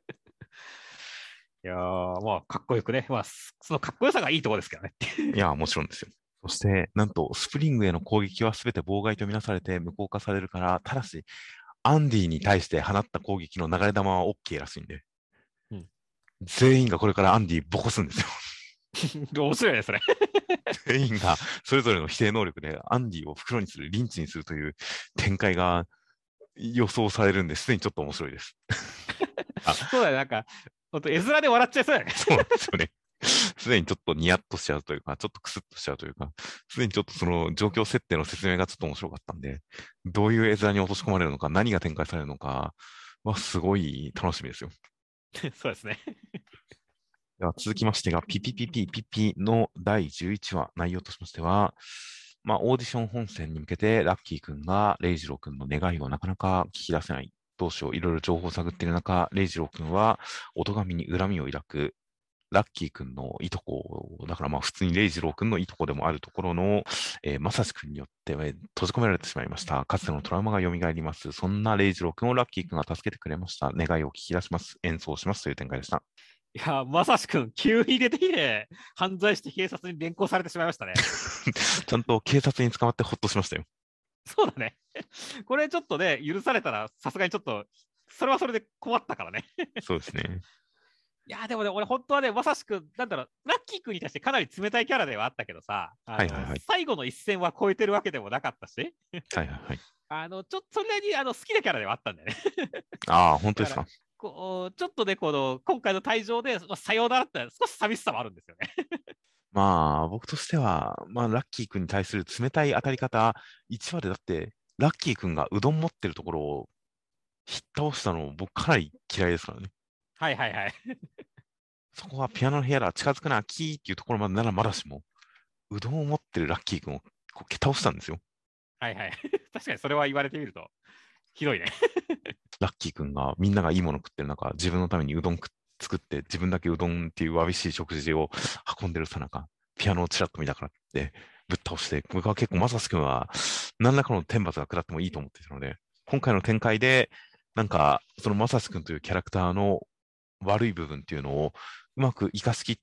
いやー、まあ、かっこよくね、まあ、そのかっこよさがいいところですけどね。 いや、もちろんですよ。そして、なんと、スプリングへの攻撃は全て妨害とみなされて無効化されるから、ただし、アンディに対して放った攻撃の流れ弾は OK らしいんで、 うん、 全員がこれからアンディボコすんですよ。 面白いね、それ。 全員がそれぞれの否定能力でアンディを袋にする、リンチにするという展開が予想されるんで、すでにちょっと面白いです。あ、 そうだよ、なんか、本当絵面で笑っちゃいそうだよね。 そうなんですよね。すでにちょっとニヤッとしちゃうというか、ちょっとクスッとしちゃうというか、すでにちょっとその状況設定の説明がちょっと面白かったんで、どういう絵面に落とし込まれるのか、何が展開されるのかはすごい楽しみですよ。 そうですね。 では続きましてが、ピピピピピピの第11話、内容としましては、まあ、オーディション本戦に向けて、ラッキー君がレイジロー君の願いをなかなか聞き出せない。どうしよう、いろいろ情報を探っている中、レイジロー君は、音神に恨みを抱く。ラッキー君のいとこ、だからまあ普通にレイジロー君のいとこでもあるところの、まさし君によって、閉じ込められてしまいました。かつてのトラウマが蘇ります。そんなレイジロー君をラッキー君が助けてくれました。願いを聞き出します。演奏しますという展開でした。 いや、まさしくん、急に出てきて、犯罪して警察に連行されてしまいましたね。 ちゃんと警察に捕まってほっとしましたよ。 そうだね。これちょっとね、許されたら、さすがにちょっと、それはそれで困ったからね。 そうですね。 いや、でもね、俺、本当はね、まさしく、なんだろう、ラッキー君に対してかなり冷たいキャラではあったけどさ、 はいはいはい。 最後の一線は超えてるわけでもなかったし、 はいはいはい。 ちょっとそれなりに好きなキャラではあったんだよね。 ああ、本当だから、 ですか。 こう、ちょっとね、この、今回の退場で、まあ、さようならって少し寂しさもあるんですよね。 まあ、僕としては、まあ、ラッキー君に対する冷たい当たり方、1話でだって、ラッキー君がうどん持ってるところを引っ倒したの僕かなり嫌いですからね。 はいはいはい。 そこはピアノの部屋だ、近づくな、キーっていうところまでならまだしも、うどんを持ってるラッキー君をこう蹴倒したんですよ。 はいはい。確かにそれは言われてみると、ひどいね。 ラッキー君がみんながいいもの食ってる中、自分のためにうどん作って、自分だけうどんっていうわびしい食事を運んでるさなか、ピアノをちらっと見ながらってぶっ倒して、僕は結構まさしくんは何らかの天罰が下ってもいいと思っていたので、今回の展開で、なんか、そのまさしくんというキャラクターの悪い部分っていうのをうまく活かしきって、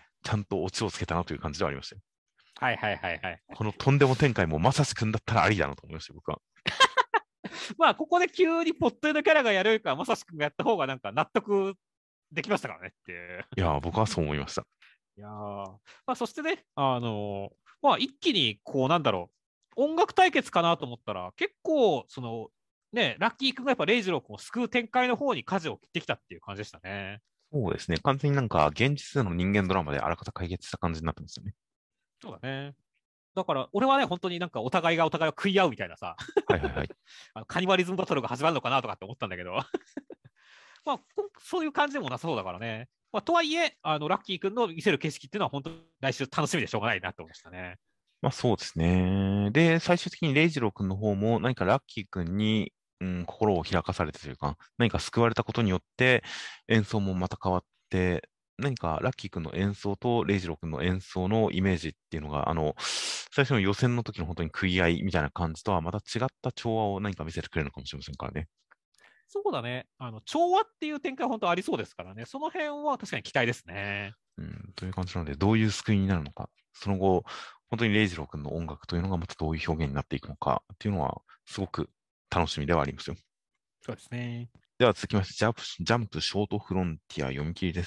ちゃんとオチをつけたなという感じではありましたよ。 はいはいはいはい。 このとんでも展開もまさしくんだったらありだなと思いました、僕は。 まあ、ここで急にポットでのキャラがやるよりか、まさしくんがやった方がなんか納得できましたからねっていう。 いやー、僕はそう思いました。 いやまあ、そしてね、まあ、一気に、こう、なんだろう、音楽対決かなと思ったら、結構、その、ね、ラッキー君がやっぱレイジロー君を救う展開の方に舵を切ってきたっていう感じでしたね。 そうですね。完全になんか現実での人間ドラマであらかた解決した感じになってますよね。 そうだね。だから、俺はね、本当になんかお互いがお互いを食い合うみたいなさ、 はいはいはい。 カニバリズムバトルが始まるのかなとかって思ったんだけど、まあ、そういう感じでもなさそうだからね。まあ、とはいえ、ラッキー君の見せる景色っていうのは本当に来週楽しみでしょうがないなと思いましたね。 まあそうですね。で、最終的にレイジロー君の方も何かラッキー君に、心を開かされてというか、何か救われたことによって演奏もまた変わって、何かラッキー君の演奏とレイジロー君の演奏のイメージっていうのが、最初の予選の時の本当に食い合いみたいな感じとはまた違った調和を何か見せてくれるのかもしれませんからね。 そうだね。調和っていう展開は本当ありそうですからね。その辺は確かに期待ですね。 という感じなので、どういう救いになるのか、その後、本当にレイジロー君の音楽というのがまたどういう表現になっていくのかっていうのは、すごく楽しみではありますよ。 そうですね。 では続きまして、ジャンプショートフロンティア読み切りです。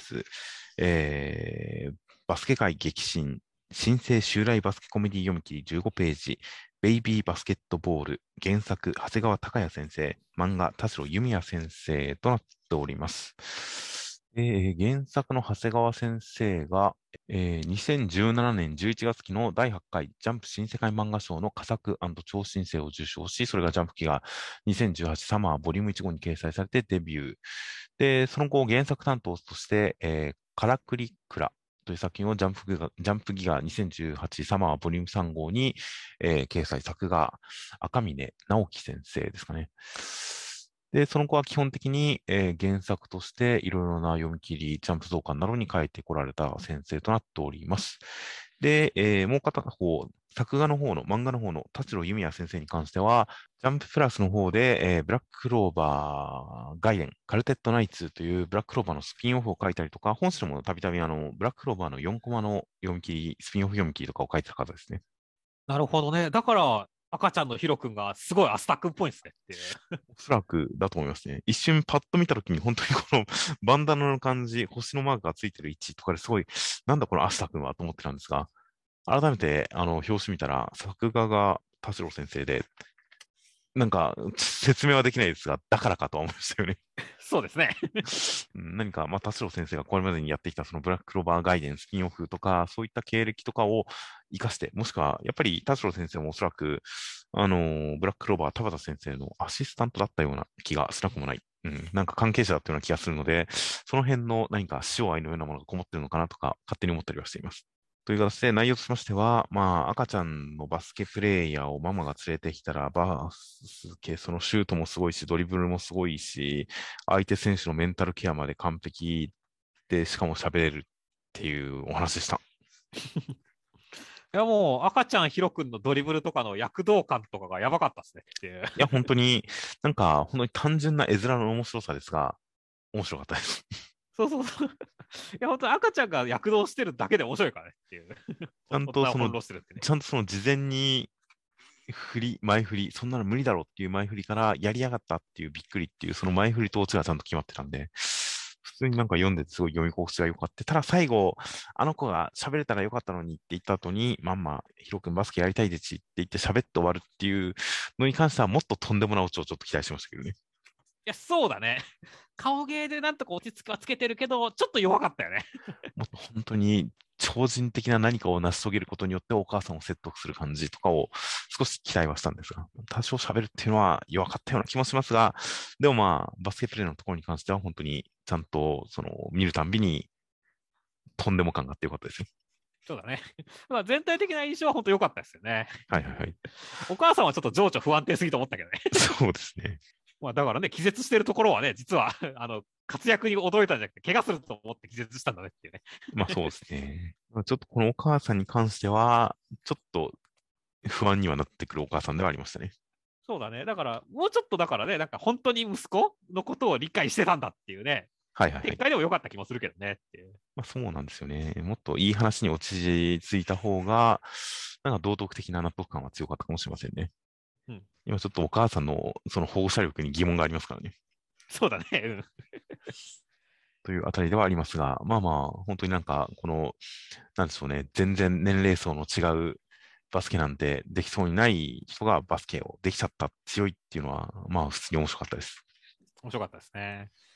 バスケ界激震、新生襲来バスケコメディ読み切り15ページ、ベイビーバスケットボール、原作、長谷川隆也先生、漫画、田代弓矢先生となっております。原作の長谷川先生が、2017年11月期の第8回ジャンプ新世界漫画賞の佳作超新星を受賞し、それがジャンプ期が2018サマーボリューム1号に掲載されてデビュー。で、その後原作担当として、カラクリクラという作品をジャンプギガ2018サマーボリューム3号に、掲載。作が赤嶺直樹先生ですかね。で、その後は基本的に、原作としていろいろな読み切り、ジャンプ増刊などに書いてこられた先生となっております。で、もう片方、作画の方の、漫画の方の田代弓矢先生に関しては、ジャンププラスの方で、ブラッククローバー外伝、カルテットナイツというブラッククローバーのスピンオフを書いたりとか、本誌でもたびたびブラッククローバーの4コマの読み切り、スピンオフ読み切りとかを書いてた方ですね。 なるほどね。だから、赤ちゃんのヒロ君がすごいアスタ君っぽいんですねっていう。 おそらくだと思いますね。一瞬パッと見たときに本当にこのバンダナの感じ、星のマークがついてる位置とかですごい、なんだこのアスタ君はと思ってたんですが、改めて表紙見たら、作画が田代先生で、なんか説明はできないですが、だからかとは思いましたよね。 そうですね。 何か、田代先生がこれまでにやってきたそのブラッククローバーガイデンスピンオフとか、そういった経歴とかを活かして、もしくは、やっぱり田代先生もおそらく、ブラッククローバー田畑先生のアシスタントだったような気がしなくもない。なんか関係者だったような気がするので、その辺の何か塩愛のようなものがこもってるのかなとか、勝手に思ったりはしています。という形で内容としましては、赤ちゃんのバスケプレイヤーをママが連れてきたら、バスケ、そのシュートもすごいし、ドリブルもすごいし、相手選手のメンタルケアまで完璧で、しかも喋れるっていうお話でした。 いやもう赤ちゃんヒロ君のドリブルとかの躍動感とかがやばかったですねっていう。 いや、本当に、なんか、本当に単純な絵面の面白さですが、面白かったです。 そうそうそう。いや本当赤ちゃんが躍動してるだけで面白いからねっていう。 ちゃん大人を翻と弄してるってね。 ちゃんとその事前に前振り、そんなの無理だろうっていう前振りからやりやがったっていうびっくりっていう、その前振りとオチがちゃんと決まってたんで、普通になんか読んですごい読み心地が良かった。ただ最後、あの子が喋れたらよかったのにって言った後に、まんま、ヒロ君バスケやりたいでちって言って喋って終わるっていうのに関してはもっととんでもないオチをちょっと期待しましたけどね。 いや、そうだね。顔芸でなんとか落ち着きはつけてるけど、ちょっと弱かったよね。 もっと本当に超人的な何かを成し遂げることによってお母さんを説得する感じとかを少し期待はしたんですが、多少喋るっていうのは弱かったような気もしますが、でもバスケプレーのところに関しては本当にちゃんと見るたんびにとんでも感があってよかったですよ。 そうだね。まあ全体的な印象は本当良かったですよね。 はいはいはい。 お母さんはちょっと情緒不安定すぎと思ったけどね。 そうですね。 まあだからね、気絶してるところはね、実は活躍に驚いたんじゃなくて、怪我すると思って気絶したんだねっていうね。 そうですね。ちょっとこのお母さんに関しては、ちょっと不安にはなってくるお母さんではありましたね。 そうだね。だから、もうちょっとだからね、なんか本当に息子のことを理解してたんだっていうね、 はいはいはい。 展開でも良かった気もするけどねっていう。 そうなんですよね。もっといい話に落ち着いた方が、なんか道徳的な納得感は強かったかもしれませんね。 うん。 今ちょっとお母さんのその保護者力に疑問がありますからね。 そうだね。うん。 というあたりではありますが、本当になんか、なんでしょうね、全然年齢層の違うバスケなんてできそうにない人がバスケをできちゃった強いっていうのは、普通に面白かったです。 面白かったですね。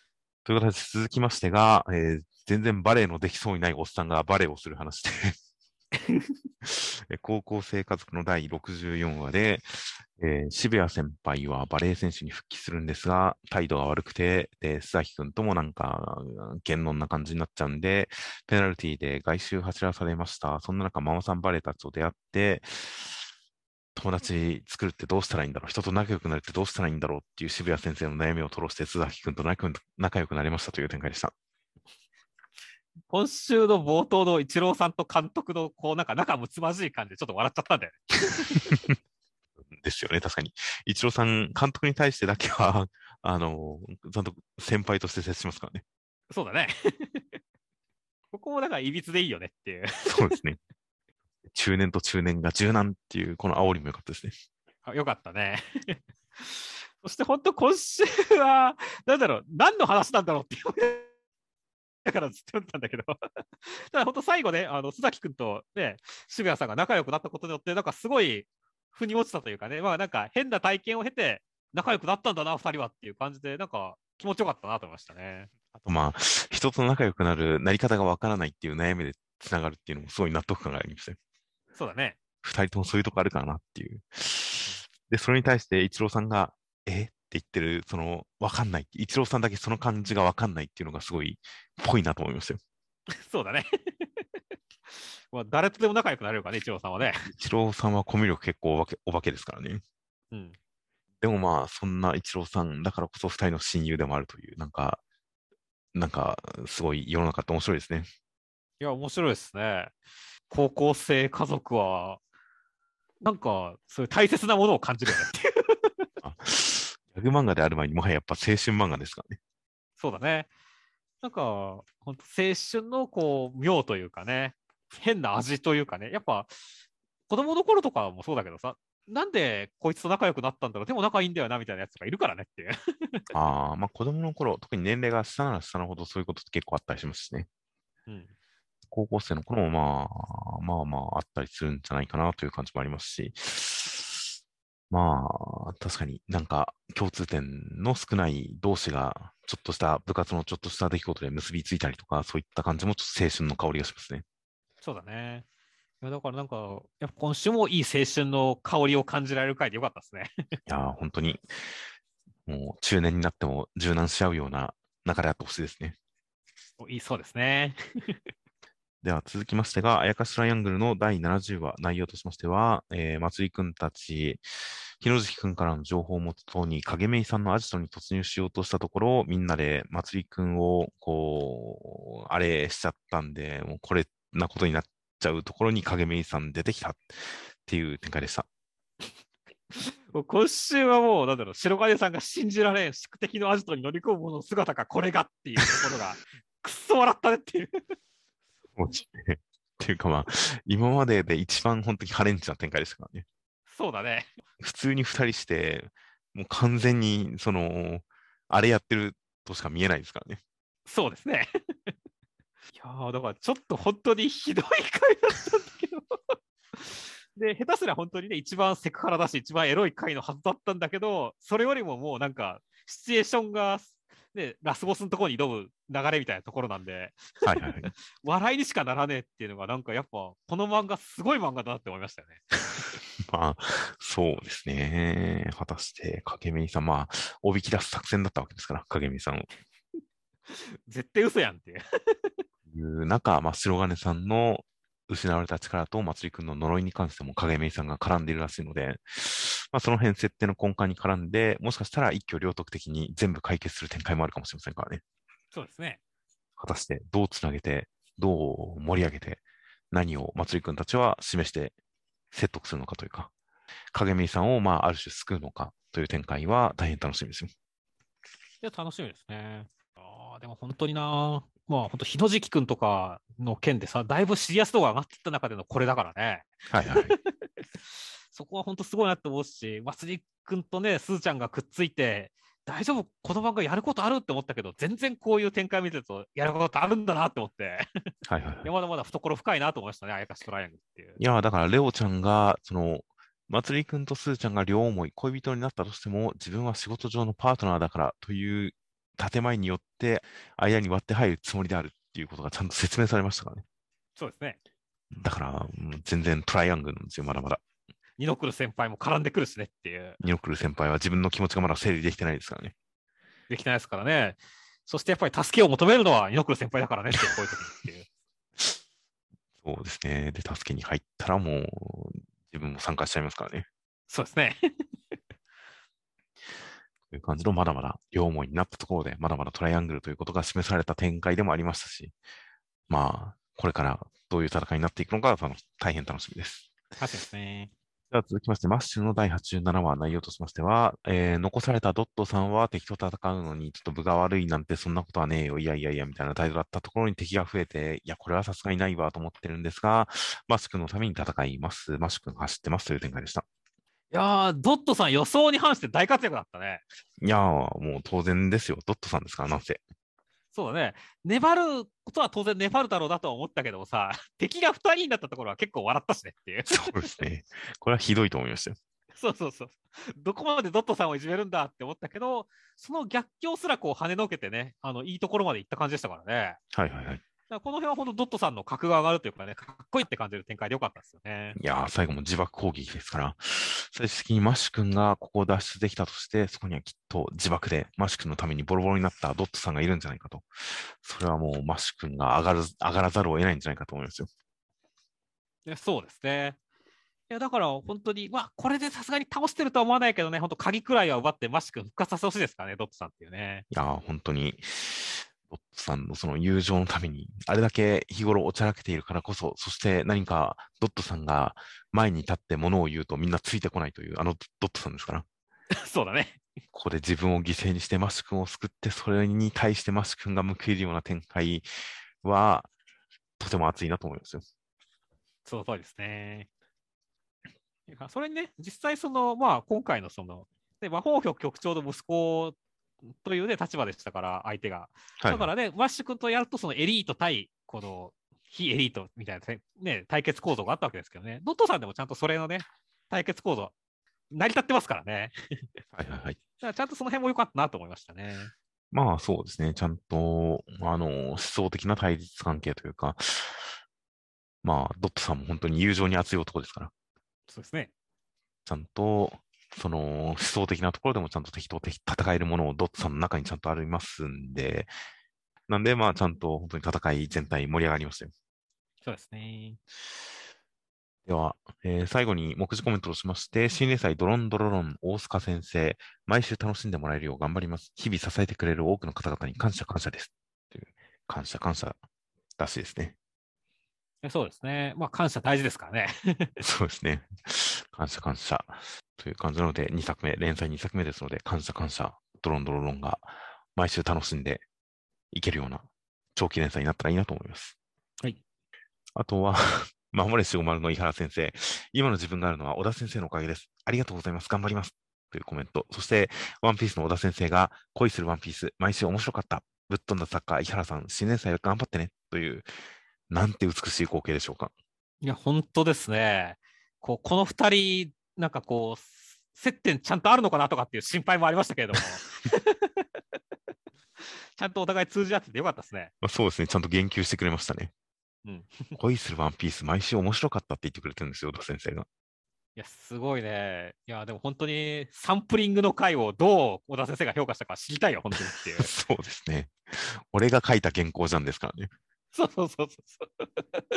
という形で続きましてが、全然バレエのできそうにないおっさんがバレエをする話で高校生家族の第64話で、渋谷先輩はバレエ選手に復帰するんですが、態度が悪くて、で、須崎くんともなんか、言論な感じになっちゃうんで、ペナルティで外周走らされました。そんな中、ママさんバレーたちと出会って、友達作るってどうしたらいいんだろう、人と仲良くなるってどうしたらいいんだろうっていう渋谷先生の悩みを吐露して、須崎くんと仲良くなりましたという展開でした。 今週の冒頭のイチローさんと監督のこうなんか仲睦まじい感じでちょっと笑っちゃったんだよね。 ですよね、確かに。イチローさん、監督に対してだけは、ちゃんと先輩として接しますからね。 そうだね。ここもだからいびつでいいよねっていう。 そうですね。中年と中年が柔軟っていう、この煽りも良かったですね。 よかったね。そして本当今週は、なんだろう、何の話なんだろうっていう。だからずっと読んでたんだけど、ただ本当最後ね、須崎君とね、渋谷さんが仲良くなったことによって、なんかすごい腑に落ちたというかね、まあなんか変な体験を経て、仲良くなったんだな、二人はっていう感じで、なんか気持ちよかったなと思いましたね。 あとまあ、人と仲良くなるなり方がわからないっていう悩みでつながるっていうのもすごい納得感がありましたよ。 そうだね。 二人ともそういうとこあるかなっていう。で、それに対してイチローさんが、って言ってる、その、わかんない。イチローさんだけその感じがわかんないっていうのがすごい、ぽいなと思いましたよ。 そうだね。まあ、誰とでも仲良くなれるからね、一郎さんはね。 イチローさんはコミュ力結構お化けですからね。 うん。 でもまあ、そんなイチローさんだからこそ二人の親友でもあるという、なんか、すごい世の中って面白いですね。 いや、面白いですね。高校生家族は、なんか、そういう大切なものを感じるよねっていう。 あ、ギャグ漫画である前にもはややっぱ青春漫画ですからね。 そうだね。なんか、本当青春のこう、妙というかね、変な味というかね、やっぱ、子供の頃とかもそうだけどさ、なんでこいつと仲良くなったんだろう、でも仲いいんだよなみたいなやつがいるからねっていう。 まあ子供の頃、特に年齢が下なら下のほどそういうことって結構あったりしますしね。 うん、 高校生の頃もまああったりするんじゃないかなという感じもありますし、まあ確かになんか共通点の少ない同士がちょっとした部活のちょっとした出来事で結びついたりとか、そういった感じもちょっと青春の香りがしますね。 そうだね。いやだからなんか、やっぱ今週もいい青春の香りを感じられる回でよかったですね。 いやー、本当にもう中年になっても柔軟し合うような中であってほしいですね。 いいそうですね。 では続きましてが、あやかしトライアングルの第70話、内容としましては、まつりくんたち、ひのじきくんからの情報をもとに、影めいさんのアジトに突入しようとしたところ、みんなでまつりくんを、こう、あれしちゃったんで、もうこれなことになっちゃうところに影めいさん出てきたっていう展開でした。 もう今週はもう、なんだろう、白金さんが信じられん宿敵のアジトに乗り込む者の姿がこれがっていうところが、くっそ笑ったねっていう。 そうですね。っていうかまあ、今までで一番本当にハレンチな展開でしたからね。 そうだね。 普通に二人して、もう完全に、あれやってるとしか見えないですからね。 そうですね。いやーだからちょっと本当にひどい回だったんだけど。で、下手すら本当にね、一番セクハラだし、一番エロい回のはずだったんだけど、それよりももうなんか、シチュエーションが、ね、ラスボスのところに挑む流れみたいなところなんで、 はいはいはい。 笑いにしかならねえっていうのが、なんかやっぱ、この漫画すごい漫画だなって思いましたよね。 まあ、そうですね。果たして、影見さん、まあ、おびき出す作戦だったわけですから、影見さんを。 絶対嘘やんっていう。 いう中、まあ、白金さんの失われた力と、まつりくんの呪いに関しても影見さんが絡んでいるらしいので、まあ、その辺設定の根幹に絡んで、もしかしたら一挙両得的に全部解決する展開もあるかもしれませんからね。 そうですね。 果たしてどうつなげて、どう盛り上げて、何をまつりくんたちは示して説得するのかというか、影見さんをまあある種救うのかという展開は大変楽しみですよ。 いや、楽しみですね。でも本当にな、まあ本当、日野次くんとかの件でさ、だいぶシリアス度が上がっていった中でのこれだからね。 はいはい。 そこは本当すごいなって思うし、まつりくんとね、すずちゃんがくっついて、大丈夫、この漫画やることあるって思ったけど、全然こういう展開見てると、やることあるんだなって思って、 はいはいはい。 まだまだ懐深いなと思いましたね、あやかしトライアングルっていう。 いや、だからレオちゃんが、まつりくんとすーちゃんが両思い、恋人になったとしても、自分は仕事上のパートナーだからという建前によって間に割って入るつもりであるっていうことがちゃんと説明されましたからね。 そうですね。 だから、もう全然トライアングルなんですよ、まだまだ。 ニノクル先輩も絡んでくるしねっていう。 ニノクル先輩は自分の気持ちがまだ整理できてないですからね。 できてないですからね。そしてやっぱり助けを求めるのはニノクル先輩だからねって、こういう時っていう。 そうですね。で、助けに入ったらもう自分も参加しちゃいますからね。 そうですね。 という感じのまだまだ両思いになったところで、まだまだトライアングルということが示された展開でもありましたし、まあ、これからどういう戦いになっていくのか大変楽しみです。 確かにですね。 では続きまして、マッシュの第87話内容としましては、残されたドットさんは敵と戦うのにちょっと分が悪いなんてそんなことはねえよ、いやいやいやみたいな態度だったところに敵が増えて、いや、これはさすがにないわと思ってるんですが、マッシュ君のために戦います。マッシュ君走ってますという展開でした。 いやー、ドットさん予想に反して大活躍だったね。 いやー、もう当然ですよ。ドットさんですから、なんせ。 そうだね。粘ることは当然粘るだろうなとは思ったけどもさ、敵が2人になったところは結構笑ったしねっていう。 そうですね。これはひどいと思いましたよ。 そうそうそう。どこまでドットさんをいじめるんだって思ったけど、その逆境すらこう跳ねのけてね、いいところまで行った感じでしたからね。 はいはいはい。 だからこの辺は本当ドットさんの格が上がるというかね、かっこいいって感じる展開でよかったですよね。 いやー、最後も自爆攻撃ですから、最終的にマッシュ君がここを脱出できたとして、そこにはきっと自爆でマッシュ君のためにボロボロになったドットさんがいるんじゃないかと。それはもうマッシュ君が上がらざるを得ないんじゃないかと思いますよ。 そうですね。いやだから本当に、まあ、これでさすがに倒してるとは思わないけどね、本当、鍵くらいは奪って、マッシュ君復活させてほしいですからね、ドットさんっていうね。 いやー、本当に、ドットさんのその友情のために、あれだけ日頃おちゃらけているからこそ、そして何かドットさんが前に立ってものを言うとみんなついてこないという、あのドットさんですから。 そうだね。 ここで自分を犠牲にしてマッシュ君を救って、それに対してマッシュ君が報いるような展開は、とても熱いなと思いますよ。 その通りですね。それにね、実際まあ、今回の魔法局局長の息子というね、立場でしたから、相手が。 はいはい。 だからね、マッシュ君とやると、エリート対、非エリートみたいな、ね、対決構造があったわけですけどね、ドットさんでもちゃんとそれのね、対決構造、成り立ってますからね。 はいはいはい。 だからちゃんとその辺も良かったなと思いましたね。 まあそうですね。ちゃんと、思想的な対立関係というか、まあ、ドットさんも本当に友情に熱い男ですから、 そうですね。 ちゃんと、その思想的なところでもちゃんと敵と戦えるものをドットさんの中にちゃんとありますんで、なんで、まあ、ちゃんと本当に戦い全体盛り上がりましたよ。 そうですね。 では、最後に目次コメントとしまして、新連載ドロンドロロン大塚先生、毎週楽しんでもらえるよう頑張ります。日々支えてくれる多くの方々に感謝感謝です。という感謝感謝らしいですね。 そうですね。まあ、感謝大事ですからね。 そうですね。感謝感謝という感じなので、2作目、連載2作目ですので、感謝感謝、ドロンドロロンが毎週楽しんでいけるような長期連載になったらいいなと思います。 はい。 あとは守れしごまるの井原先生。今の自分があるのは小田先生のおかげです。ありがとうございます。頑張ります。というコメント。そして、ワンピースの小田先生が、恋するワンピース、毎週面白かった。ぶっ飛んだ作家、井原さん、新年祭頑張ってね。という、なんて美しい光景でしょうか。 いや、本当ですね。この二人、なんか接点ちゃんとあるのかなとかっていう心配もありましたけれども、ちゃんとお互い通じ合っててよかったですね。 まあ、そうですね。ちゃんと言及してくれましたね。 うん。い恋するワンピース、毎週面白かったって言ってくれてるんですよ、小田先生が。 や、すごいね。いや、でも本当にサンプリングの回をどう小田先生が評価したか知りたいよ、本当にっていう。 そうですね。俺が書いた原稿じゃんですからね。 そうそうそうそう。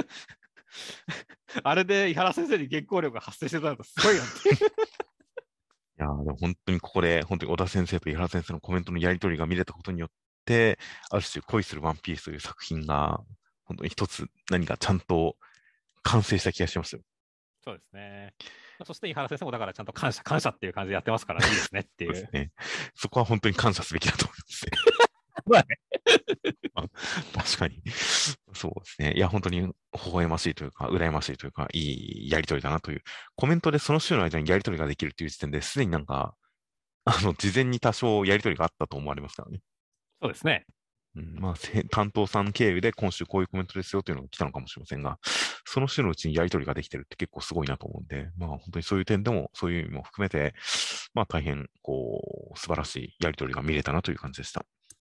あれで井原先生に原稿料が発生してたのとすごいよっていう。 いやーでも本当にここで、本当に小田先生と井原先生のコメントのやり取りが見れたことによって、ある種恋するワンピースという作品が、本当に一つ何かちゃんと完成した気がしますよ。 そうですね。そして井原先生もだからちゃんと感謝感謝っていう感じでやってますからいいですねっていう。 そうですね。そこは本当に感謝すべきだと思いますね。 まあね。 あ確かに。そうですね。いや、本当に微笑ましいというか、羨ましいというか、いいやりとりだなという。コメントでその週の間にやりとりができるっていう時点ですでになんか、事前に多少やりとりがあったと思われますからね。 そうですね。 うん、まあ、担当さん経由で今週こういうコメントですよというのが来たのかもしれませんが、その週のうちにやりとりができてるって結構すごいなと思うんで、まあ本当にそういう点でも、そういう意味も含めて、まあ大変、素晴らしいやりとりが見れたなという感じでした。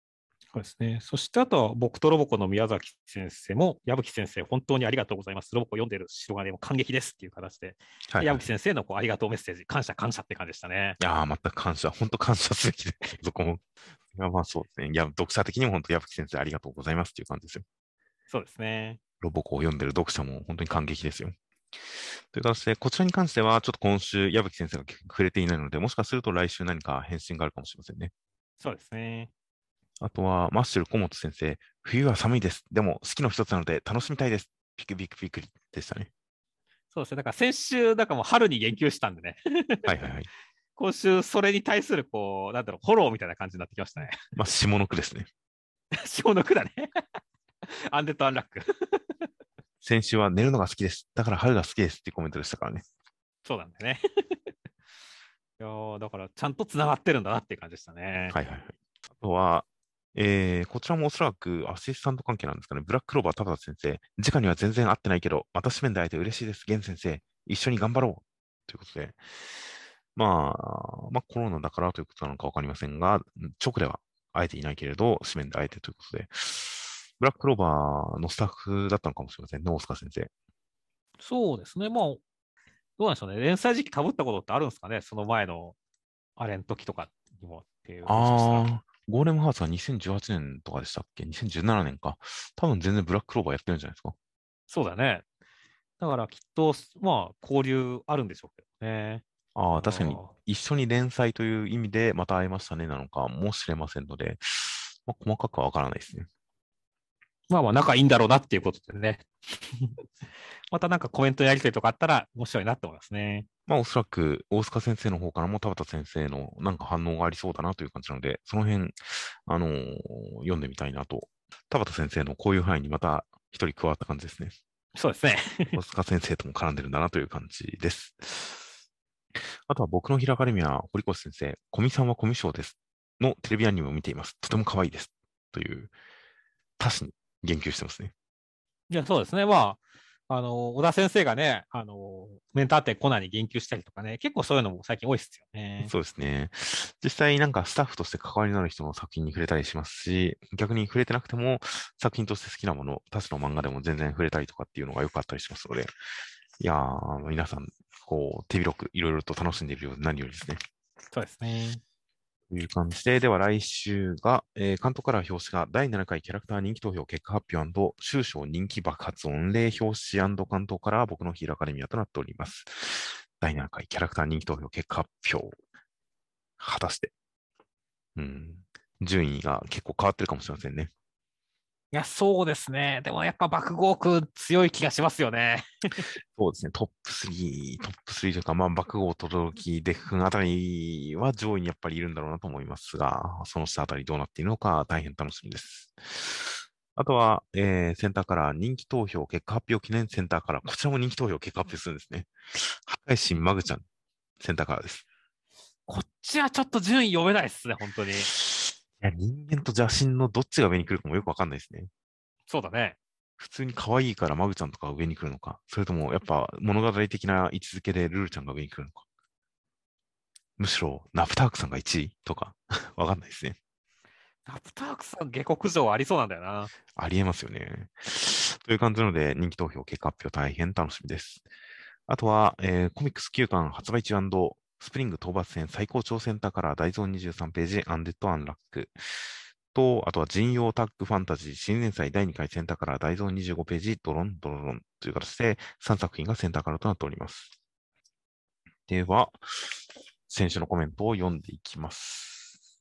そうですね。そしてあとは僕とロボコの宮崎先生も、矢吹先生、本当にありがとうございます。ロボコ読んでる白金も感激ですっていう形で、矢はいはい。い吹先生のありがとうメッセージ、感謝感謝って感じでしたね。 やー、全く感謝、本当感謝すべきで、そこも。いや、まあそうですね。いや、読者的にも本当、矢吹先生ありがとうございますっていう感じですよ。 そうですね。 ロボコを読んでる読者も本当に感激ですよ。という形で、こちらに関しては、ちょっと今週、矢吹先生が触れていないので、もしかすると来週何か返信があるかもしれませんね。 そうですね。 あとは、マッシュル小本先生、冬は寒いです。でも、四季の一つなので楽しみたいです。ピクピクピクリでしたね。 そうですね。だから先週、だからもう春に言及したんでね。 はいはいはい。 今週、それに対する、なんだろう、フォローみたいな感じになってきましたね。 まあ、下の句ですね。 下の句だね。アンデッド・アンラック。 先週は寝るのが好きです。だから春が好きですっていうコメントでしたからね。 そうなんだよね。いやだから、ちゃんと繋がってるんだなっていう感じでしたね。 はいはいはい。あとは、こちらもおそらくアシスタント関係なんですかね。ブラッククローバー田畑先生。直には全然会ってないけど、私面で会えて嬉しいです。ゲン先生。一緒に頑張ろう。ということで。まあコロナだからということなのかわかりませんが、直では会えていないけれど、紙面で会えてということで、ブラッククローバーのスタッフだったのかもしれませんね、大塚先生。 そうですね。まあ、どうなんでしょうね。連載時期被ったことってあるんですかね。その前のあれの時とかにもっていう、もしかしたら。 ゴーレムハーツは2018年とかでしたっけ？ 2017 年か。多分全然ブラッククローバーやってるんじゃないですか。 そうだね。だからきっと、まあ、交流あるんでしょうけどね。 ああ、確かにあ一緒に連載という意味でまた会えましたねなのかもしれませんので、まあ、細かくはわからないですね。 まあまあ、仲いいんだろうなっていうことでね。またなんかコメントやりとりとかあったら面白いなって思いますね。 まあ、おそらく大塚先生の方からも田畑先生のなんか反応がありそうだなという感じなので、その辺、読んでみたいなと。田畑先生のこういう範囲にまた一人加わった感じですね。 そうですね。 大塚先生とも絡んでるんだなという感じです。あとは僕の平アカデミア、堀越先生、古見さんはコミュ障ですのテレビアニメを見ています。とても可愛いです。という、他詞に言及してますね。 いや、そうですね。まあ、小田先生がね、メンターテコナンに言及したりとかね、結構そういうのも最近多いですよね。 そうですね。実際なんかスタッフとして関わりのある人の作品に触れたりしますし、逆に触れてなくても作品として好きなもの、他種の漫画でも全然触れたりとかっていうのがよくあったりしますので、いやー、皆さん、こう、手広くいろいろと楽しんでいるようで何よりですね。 そうですね。 という感じで、では来週が、関東カラー表紙が第7回キャラクター人気投票結果発表終章人気爆発御礼表紙関東カラー僕のヒーローアカデミアとなっております。第7回キャラクター人気投票結果発表。果たして、うん、順位が結構変わってるかもしれませんね。 いや、そうですね。でもやっぱ爆豪空強い気がしますよね。 そうですね、トップ3というか、まあ、爆豪、轟、デフ君あたりは上位にやっぱりいるんだろうなと思いますが、その下あたりどうなっているのか大変楽しみです。あとは、センターカラー人気投票結果発表記念センターカラー。こちらも人気投票結果発表するんですね。破壊神マグちゃん、センターカラーです。 こっちはちょっと順位読めないですね、本当に。 いや、人間と邪神のどっちが上に来るかもよくわかんないですね。 そうだね。 普通に可愛いからマグちゃんとかが上に来るのか、それともやっぱ物語的な位置づけでルルちゃんが上に来るのか。むしろナプタークさんが1位とかわかんないですね。 アプタークさん下克上ありそうなんだよな。 ありえますよね。という感じなので人気投票結果発表大変楽しみです。あとは、コミックス9巻発売中スプリング討伐戦最高潮センターから大蔵23ページアンデッドアンラックと、あとは人用タッグファンタジー新年祭第2回センターから大蔵25ページドロンドロロンという形で3作品がセンターからとなっております。では、先週のコメントを読んでいきます。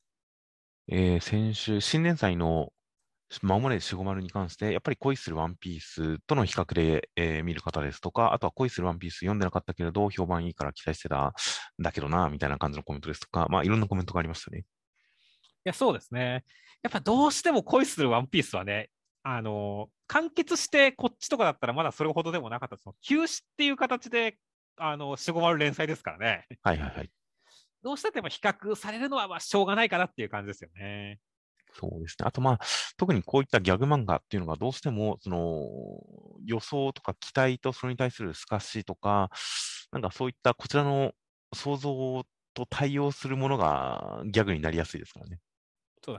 先週、新年祭のまもね450に関して、やっぱり恋するワンピースとの比較で、見る方ですとか、あとは恋するワンピース読んでなかったけれど、評判いいから期待してた、だけどな、みたいな感じのコメントですとか、まあいろんなコメントがありましたね。 いや、そうですね。やっぱどうしても恋するワンピースはね、完結してこっちとかだったらまだそれほどでもなかったです。休止っていう形で、450連載ですからね。 はいはいはい。 どうしたっても比較されるのはまあしょうがないかなっていう感じですよね。 そうですね。あとまあ、特にこういったギャグ漫画っていうのがどうしても、予想とか期待とそれに対する透かしとか、なんかそういったこちらの想像と対応するものがギャグになりやすいですからね。 そうだね。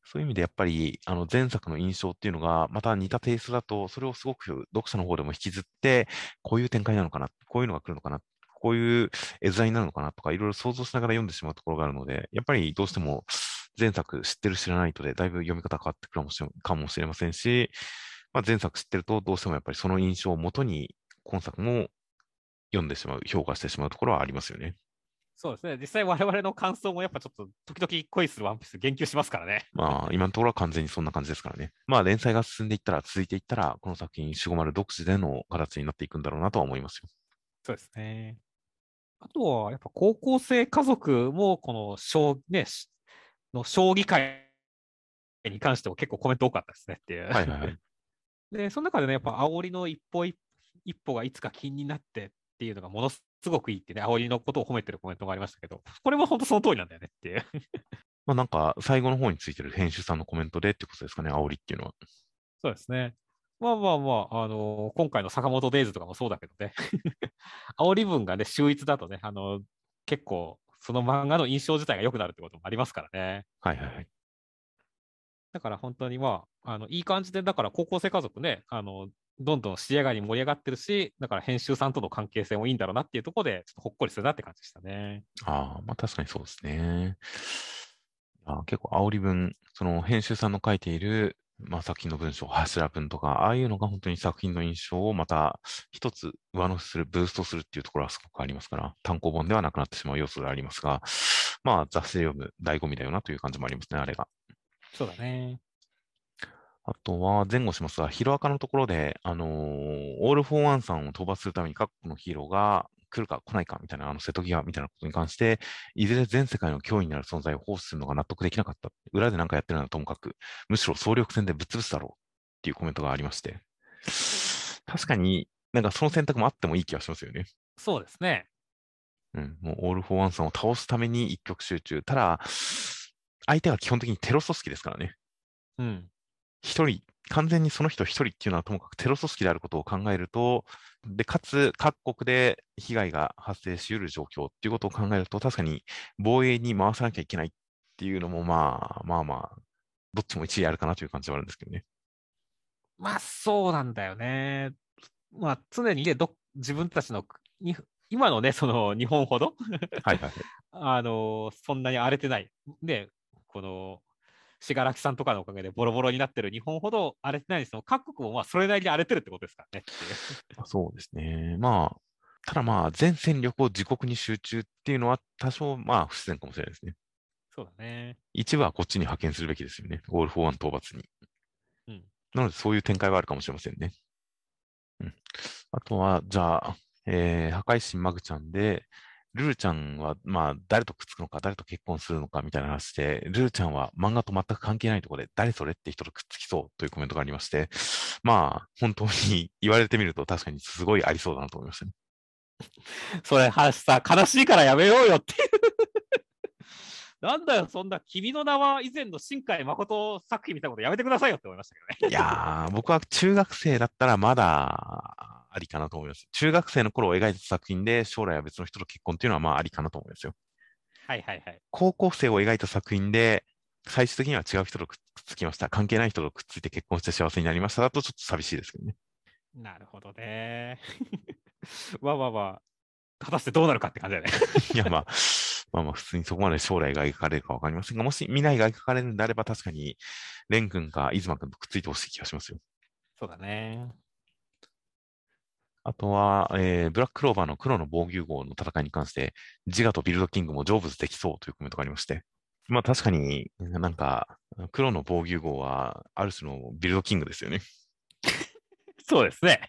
そういう意味でやっぱり、前作の印象っていうのが、また似たテイストだと、それをすごく読者の方でも引きずって、こういう展開なのかな、こういうのが来るのかな、こういう絵面になるのかなとか、いろいろ想像しながら読んでしまうところがあるので、やっぱりどうしても前作知ってる知らないとで、だいぶ読み方変わってくるかもしれませんし、まあ、前作知ってると、どうしてもやっぱりその印象をもとに、今作も読んでしまう、評価してしまうところはありますよね。 そうですね。実際我々の感想もやっぱちょっと時々恋するワンピース言及しますからね。 まあ、今のところは完全にそんな感じですからね。まあ、連載が進んでいったら、続いていったら、この作品、守護丸独自での形になっていくんだろうなとは思いますよ。 そうですね。あとは、やっぱ高校生家族も、この将棋界に関しても結構コメント多かったですねっていう。 はいはいはい。 で、その中でね、やっぱ煽りの一歩がいつか気になってっていうのがものすごくいいってね、煽りのことを褒めてるコメントがありましたけど、これも本当その通りなんだよねっていう。 まあ、なんか、最後の方についてる編集さんのコメントでってことですかね、煽りっていうのは。 そうですね。まあまあまあ、今回の坂本デイズとかもそうだけどね、煽り文がね、秀逸だとね、結構、その漫画の印象自体が良くなるってこともありますからね。 はいはいはい。 だから本当にまあ、いい感じで、だから高校生家族ね、どんどん仕上がり盛り上がってるし、だから編集さんとの関係性もいいんだろうなっていうところで、ちょっとほっこりするなって感じでしたね。 ああ、まあ確かにそうですね。結構煽り文、その編集さんの書いている、まあ、作品の文章、柱文とか、ああいうのが本当に作品の印象をまた一つ上乗せする、ブーストするっていうところはすごくありますから、単行本ではなくなってしまう要素がありますが、まあ雑誌で読む醍醐味だよなという感じもありますね、あれが。 そうだね。 あとは前後しますが、ヒロアカのところで、オール・フォー・ワンさんを討伐するために各国のヒーローが来るか来ないかみたいな、瀬戸際みたいなことに関して、いずれ全世界の脅威になる存在を放置するのが納得できなかった。裏で何かやってるのはともかく、むしろ総力戦でぶっ潰すだろうっていうコメントがありまして、確かになんかその選択もあってもいい気がしますよね。 そうですね。 うん、もうオール・フォー・ワンさんを倒すために一極集中。ただ、相手は基本的にテロ組織ですからね。 うん。 一人、完全にその人一人っていうのはともかくテロ組織であることを考えると、で、かつ各国で被害が発生し得る状況っていうことを考えると、確かに防衛に回さなきゃいけないっていうのも、まあ、どっちも一理あるかなという感じはあるんですけどね。 まあ、そうなんだよね。まあ、常にね、自分たちの今のね、その日本ほどはいはいはい。 そんなに荒れてない。ね、この、信楽さんとかのおかげでボロボロになってる日本ほど荒れてないんですけど、各国もまあそれなりに荒れてるってことですからねっていう。 そうですね。まあ、ただまあ、全戦力を自国に集中っていうのは多少まあ不自然かもしれないですね。 そうだね。 一部はこっちに派遣するべきですよね。オール・フォー・ワン討伐に。 うん。 なのでそういう展開はあるかもしれませんね。うん。あとは、じゃあ、破壊神マグちゃんで、ルルちゃんは、まあ、誰とくっつくのか、誰と結婚するのかみたいな話で、ルルちゃんは漫画と全く関係ないところで、誰それって人とくっつきそうというコメントがありまして、まあ、本当に言われてみると確かにすごいありそうだなと思いましたね。 それ、さ、悲しいからやめようよっていう。なんだよ、そんな、君の名は以前の新海誠作品みたいなことやめてくださいよって思いましたけどね。 いやー、僕は中学生だったらまだありかなと思います。中学生の頃を描いた作品で将来は別の人と結婚っていうのはまあありかなと思いますよ。 はいはいはい。 高校生を描いた作品で、最終的には違う人とくっつきました。関係ない人とくっついて結婚して幸せになりましただとちょっと寂しいですけどね。 なるほどね。まあまあまあ、果たしてどうなるかって感じだよね。 いや、まあ、普通にそこまで将来が描かれるかわかりませんが、もし未来が描かれるんであれば確かに、蓮君か出馬君とくっついてほしい気がしますよ。 そうだね。 あとは、ブラッククローバーの黒の防御号の戦いに関して、自我とビルドキングも成仏できそうというコメントがありまして、まあ確かになんか、黒の防御号はある種のビルドキングですよね。 そうですね。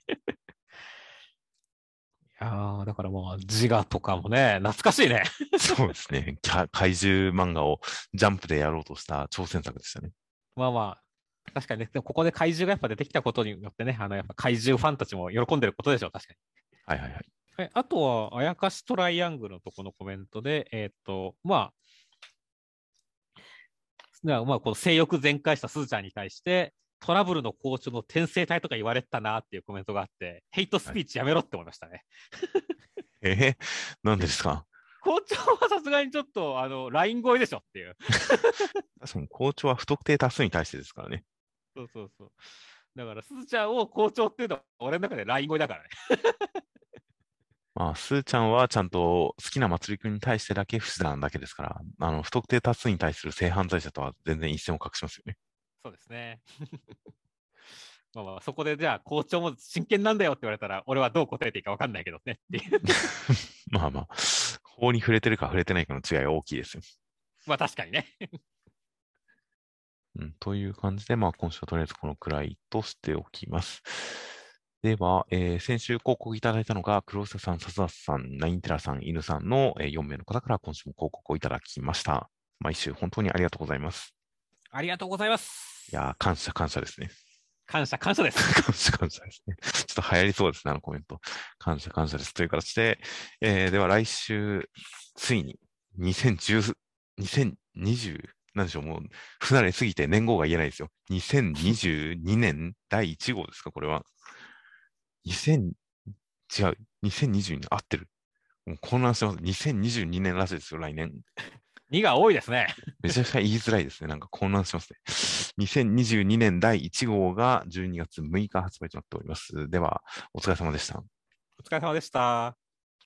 いやーだからもう自我とかもね、懐かしいね。 そうですね。怪獣漫画をジャンプでやろうとした挑戦作でしたね。 まあまあ、確かにね、でもここで怪獣がやっぱ出てきたことによってね、やっぱ怪獣ファンたちも喜んでることでしょう、確かに。 はいはいはい。 あとは、あやかしトライアングルのとこのコメントで、まあ、この性欲全開したすずちゃんに対して、トラブルの校長の転生体とか言われてたなっていうコメントがあって、ヘイトスはい、 ピーチやめろって思いましたね。 えー、なんでですか？ 校長はさすがにちょっと、ライン超えでしょっていう。 確かに校長は不特定多数に対してですからね。 そうそうそう。だから、すずちゃんを校長っていうのは、俺の中でライン超えだからね。 まあ、スーちゃんはちゃんと好きな祭りくんに対してだけ不死なんだけですから、不特定多数に対する性犯罪者とは全然一線を画しますよね。 そうですね。まあまあ、そこでじゃあ、校長も真剣なんだよって言われたら、俺はどう答えていいか分かんないけどねっていう。 まあまあ、法に触れてるか触れてないかの違いは大きいですよ。 まあ確かにね。 うん、という感じで、まあ今週はとりあえずこのくらいとしておきます。では、先週広告いただいたのが、黒下さん、笹田さん、ナインテラさん、犬さんの、4名の方から今週も広告をいただきました。毎週本当にありがとうございます。 ありがとうございます。 いやー、感謝感謝ですね。 感謝、感謝です。 感謝感謝ですね。ちょっと流行りそうですね、あのコメント。感謝感謝です。という形で、では来週、ついに2010、2020、なんでしょう、もう、不慣れすぎて年号が言えないですよ。2022年第1号ですか、これは。2000、違う。2022年、合ってる。もう混乱してます。2022年らしいですよ、来年。 2が多いですね。 めちゃくちゃ言いづらいですね。なんか混乱しますね。2022年第1号が12月6日発売となっております。では、お疲れ様でした。 お疲れ様でした。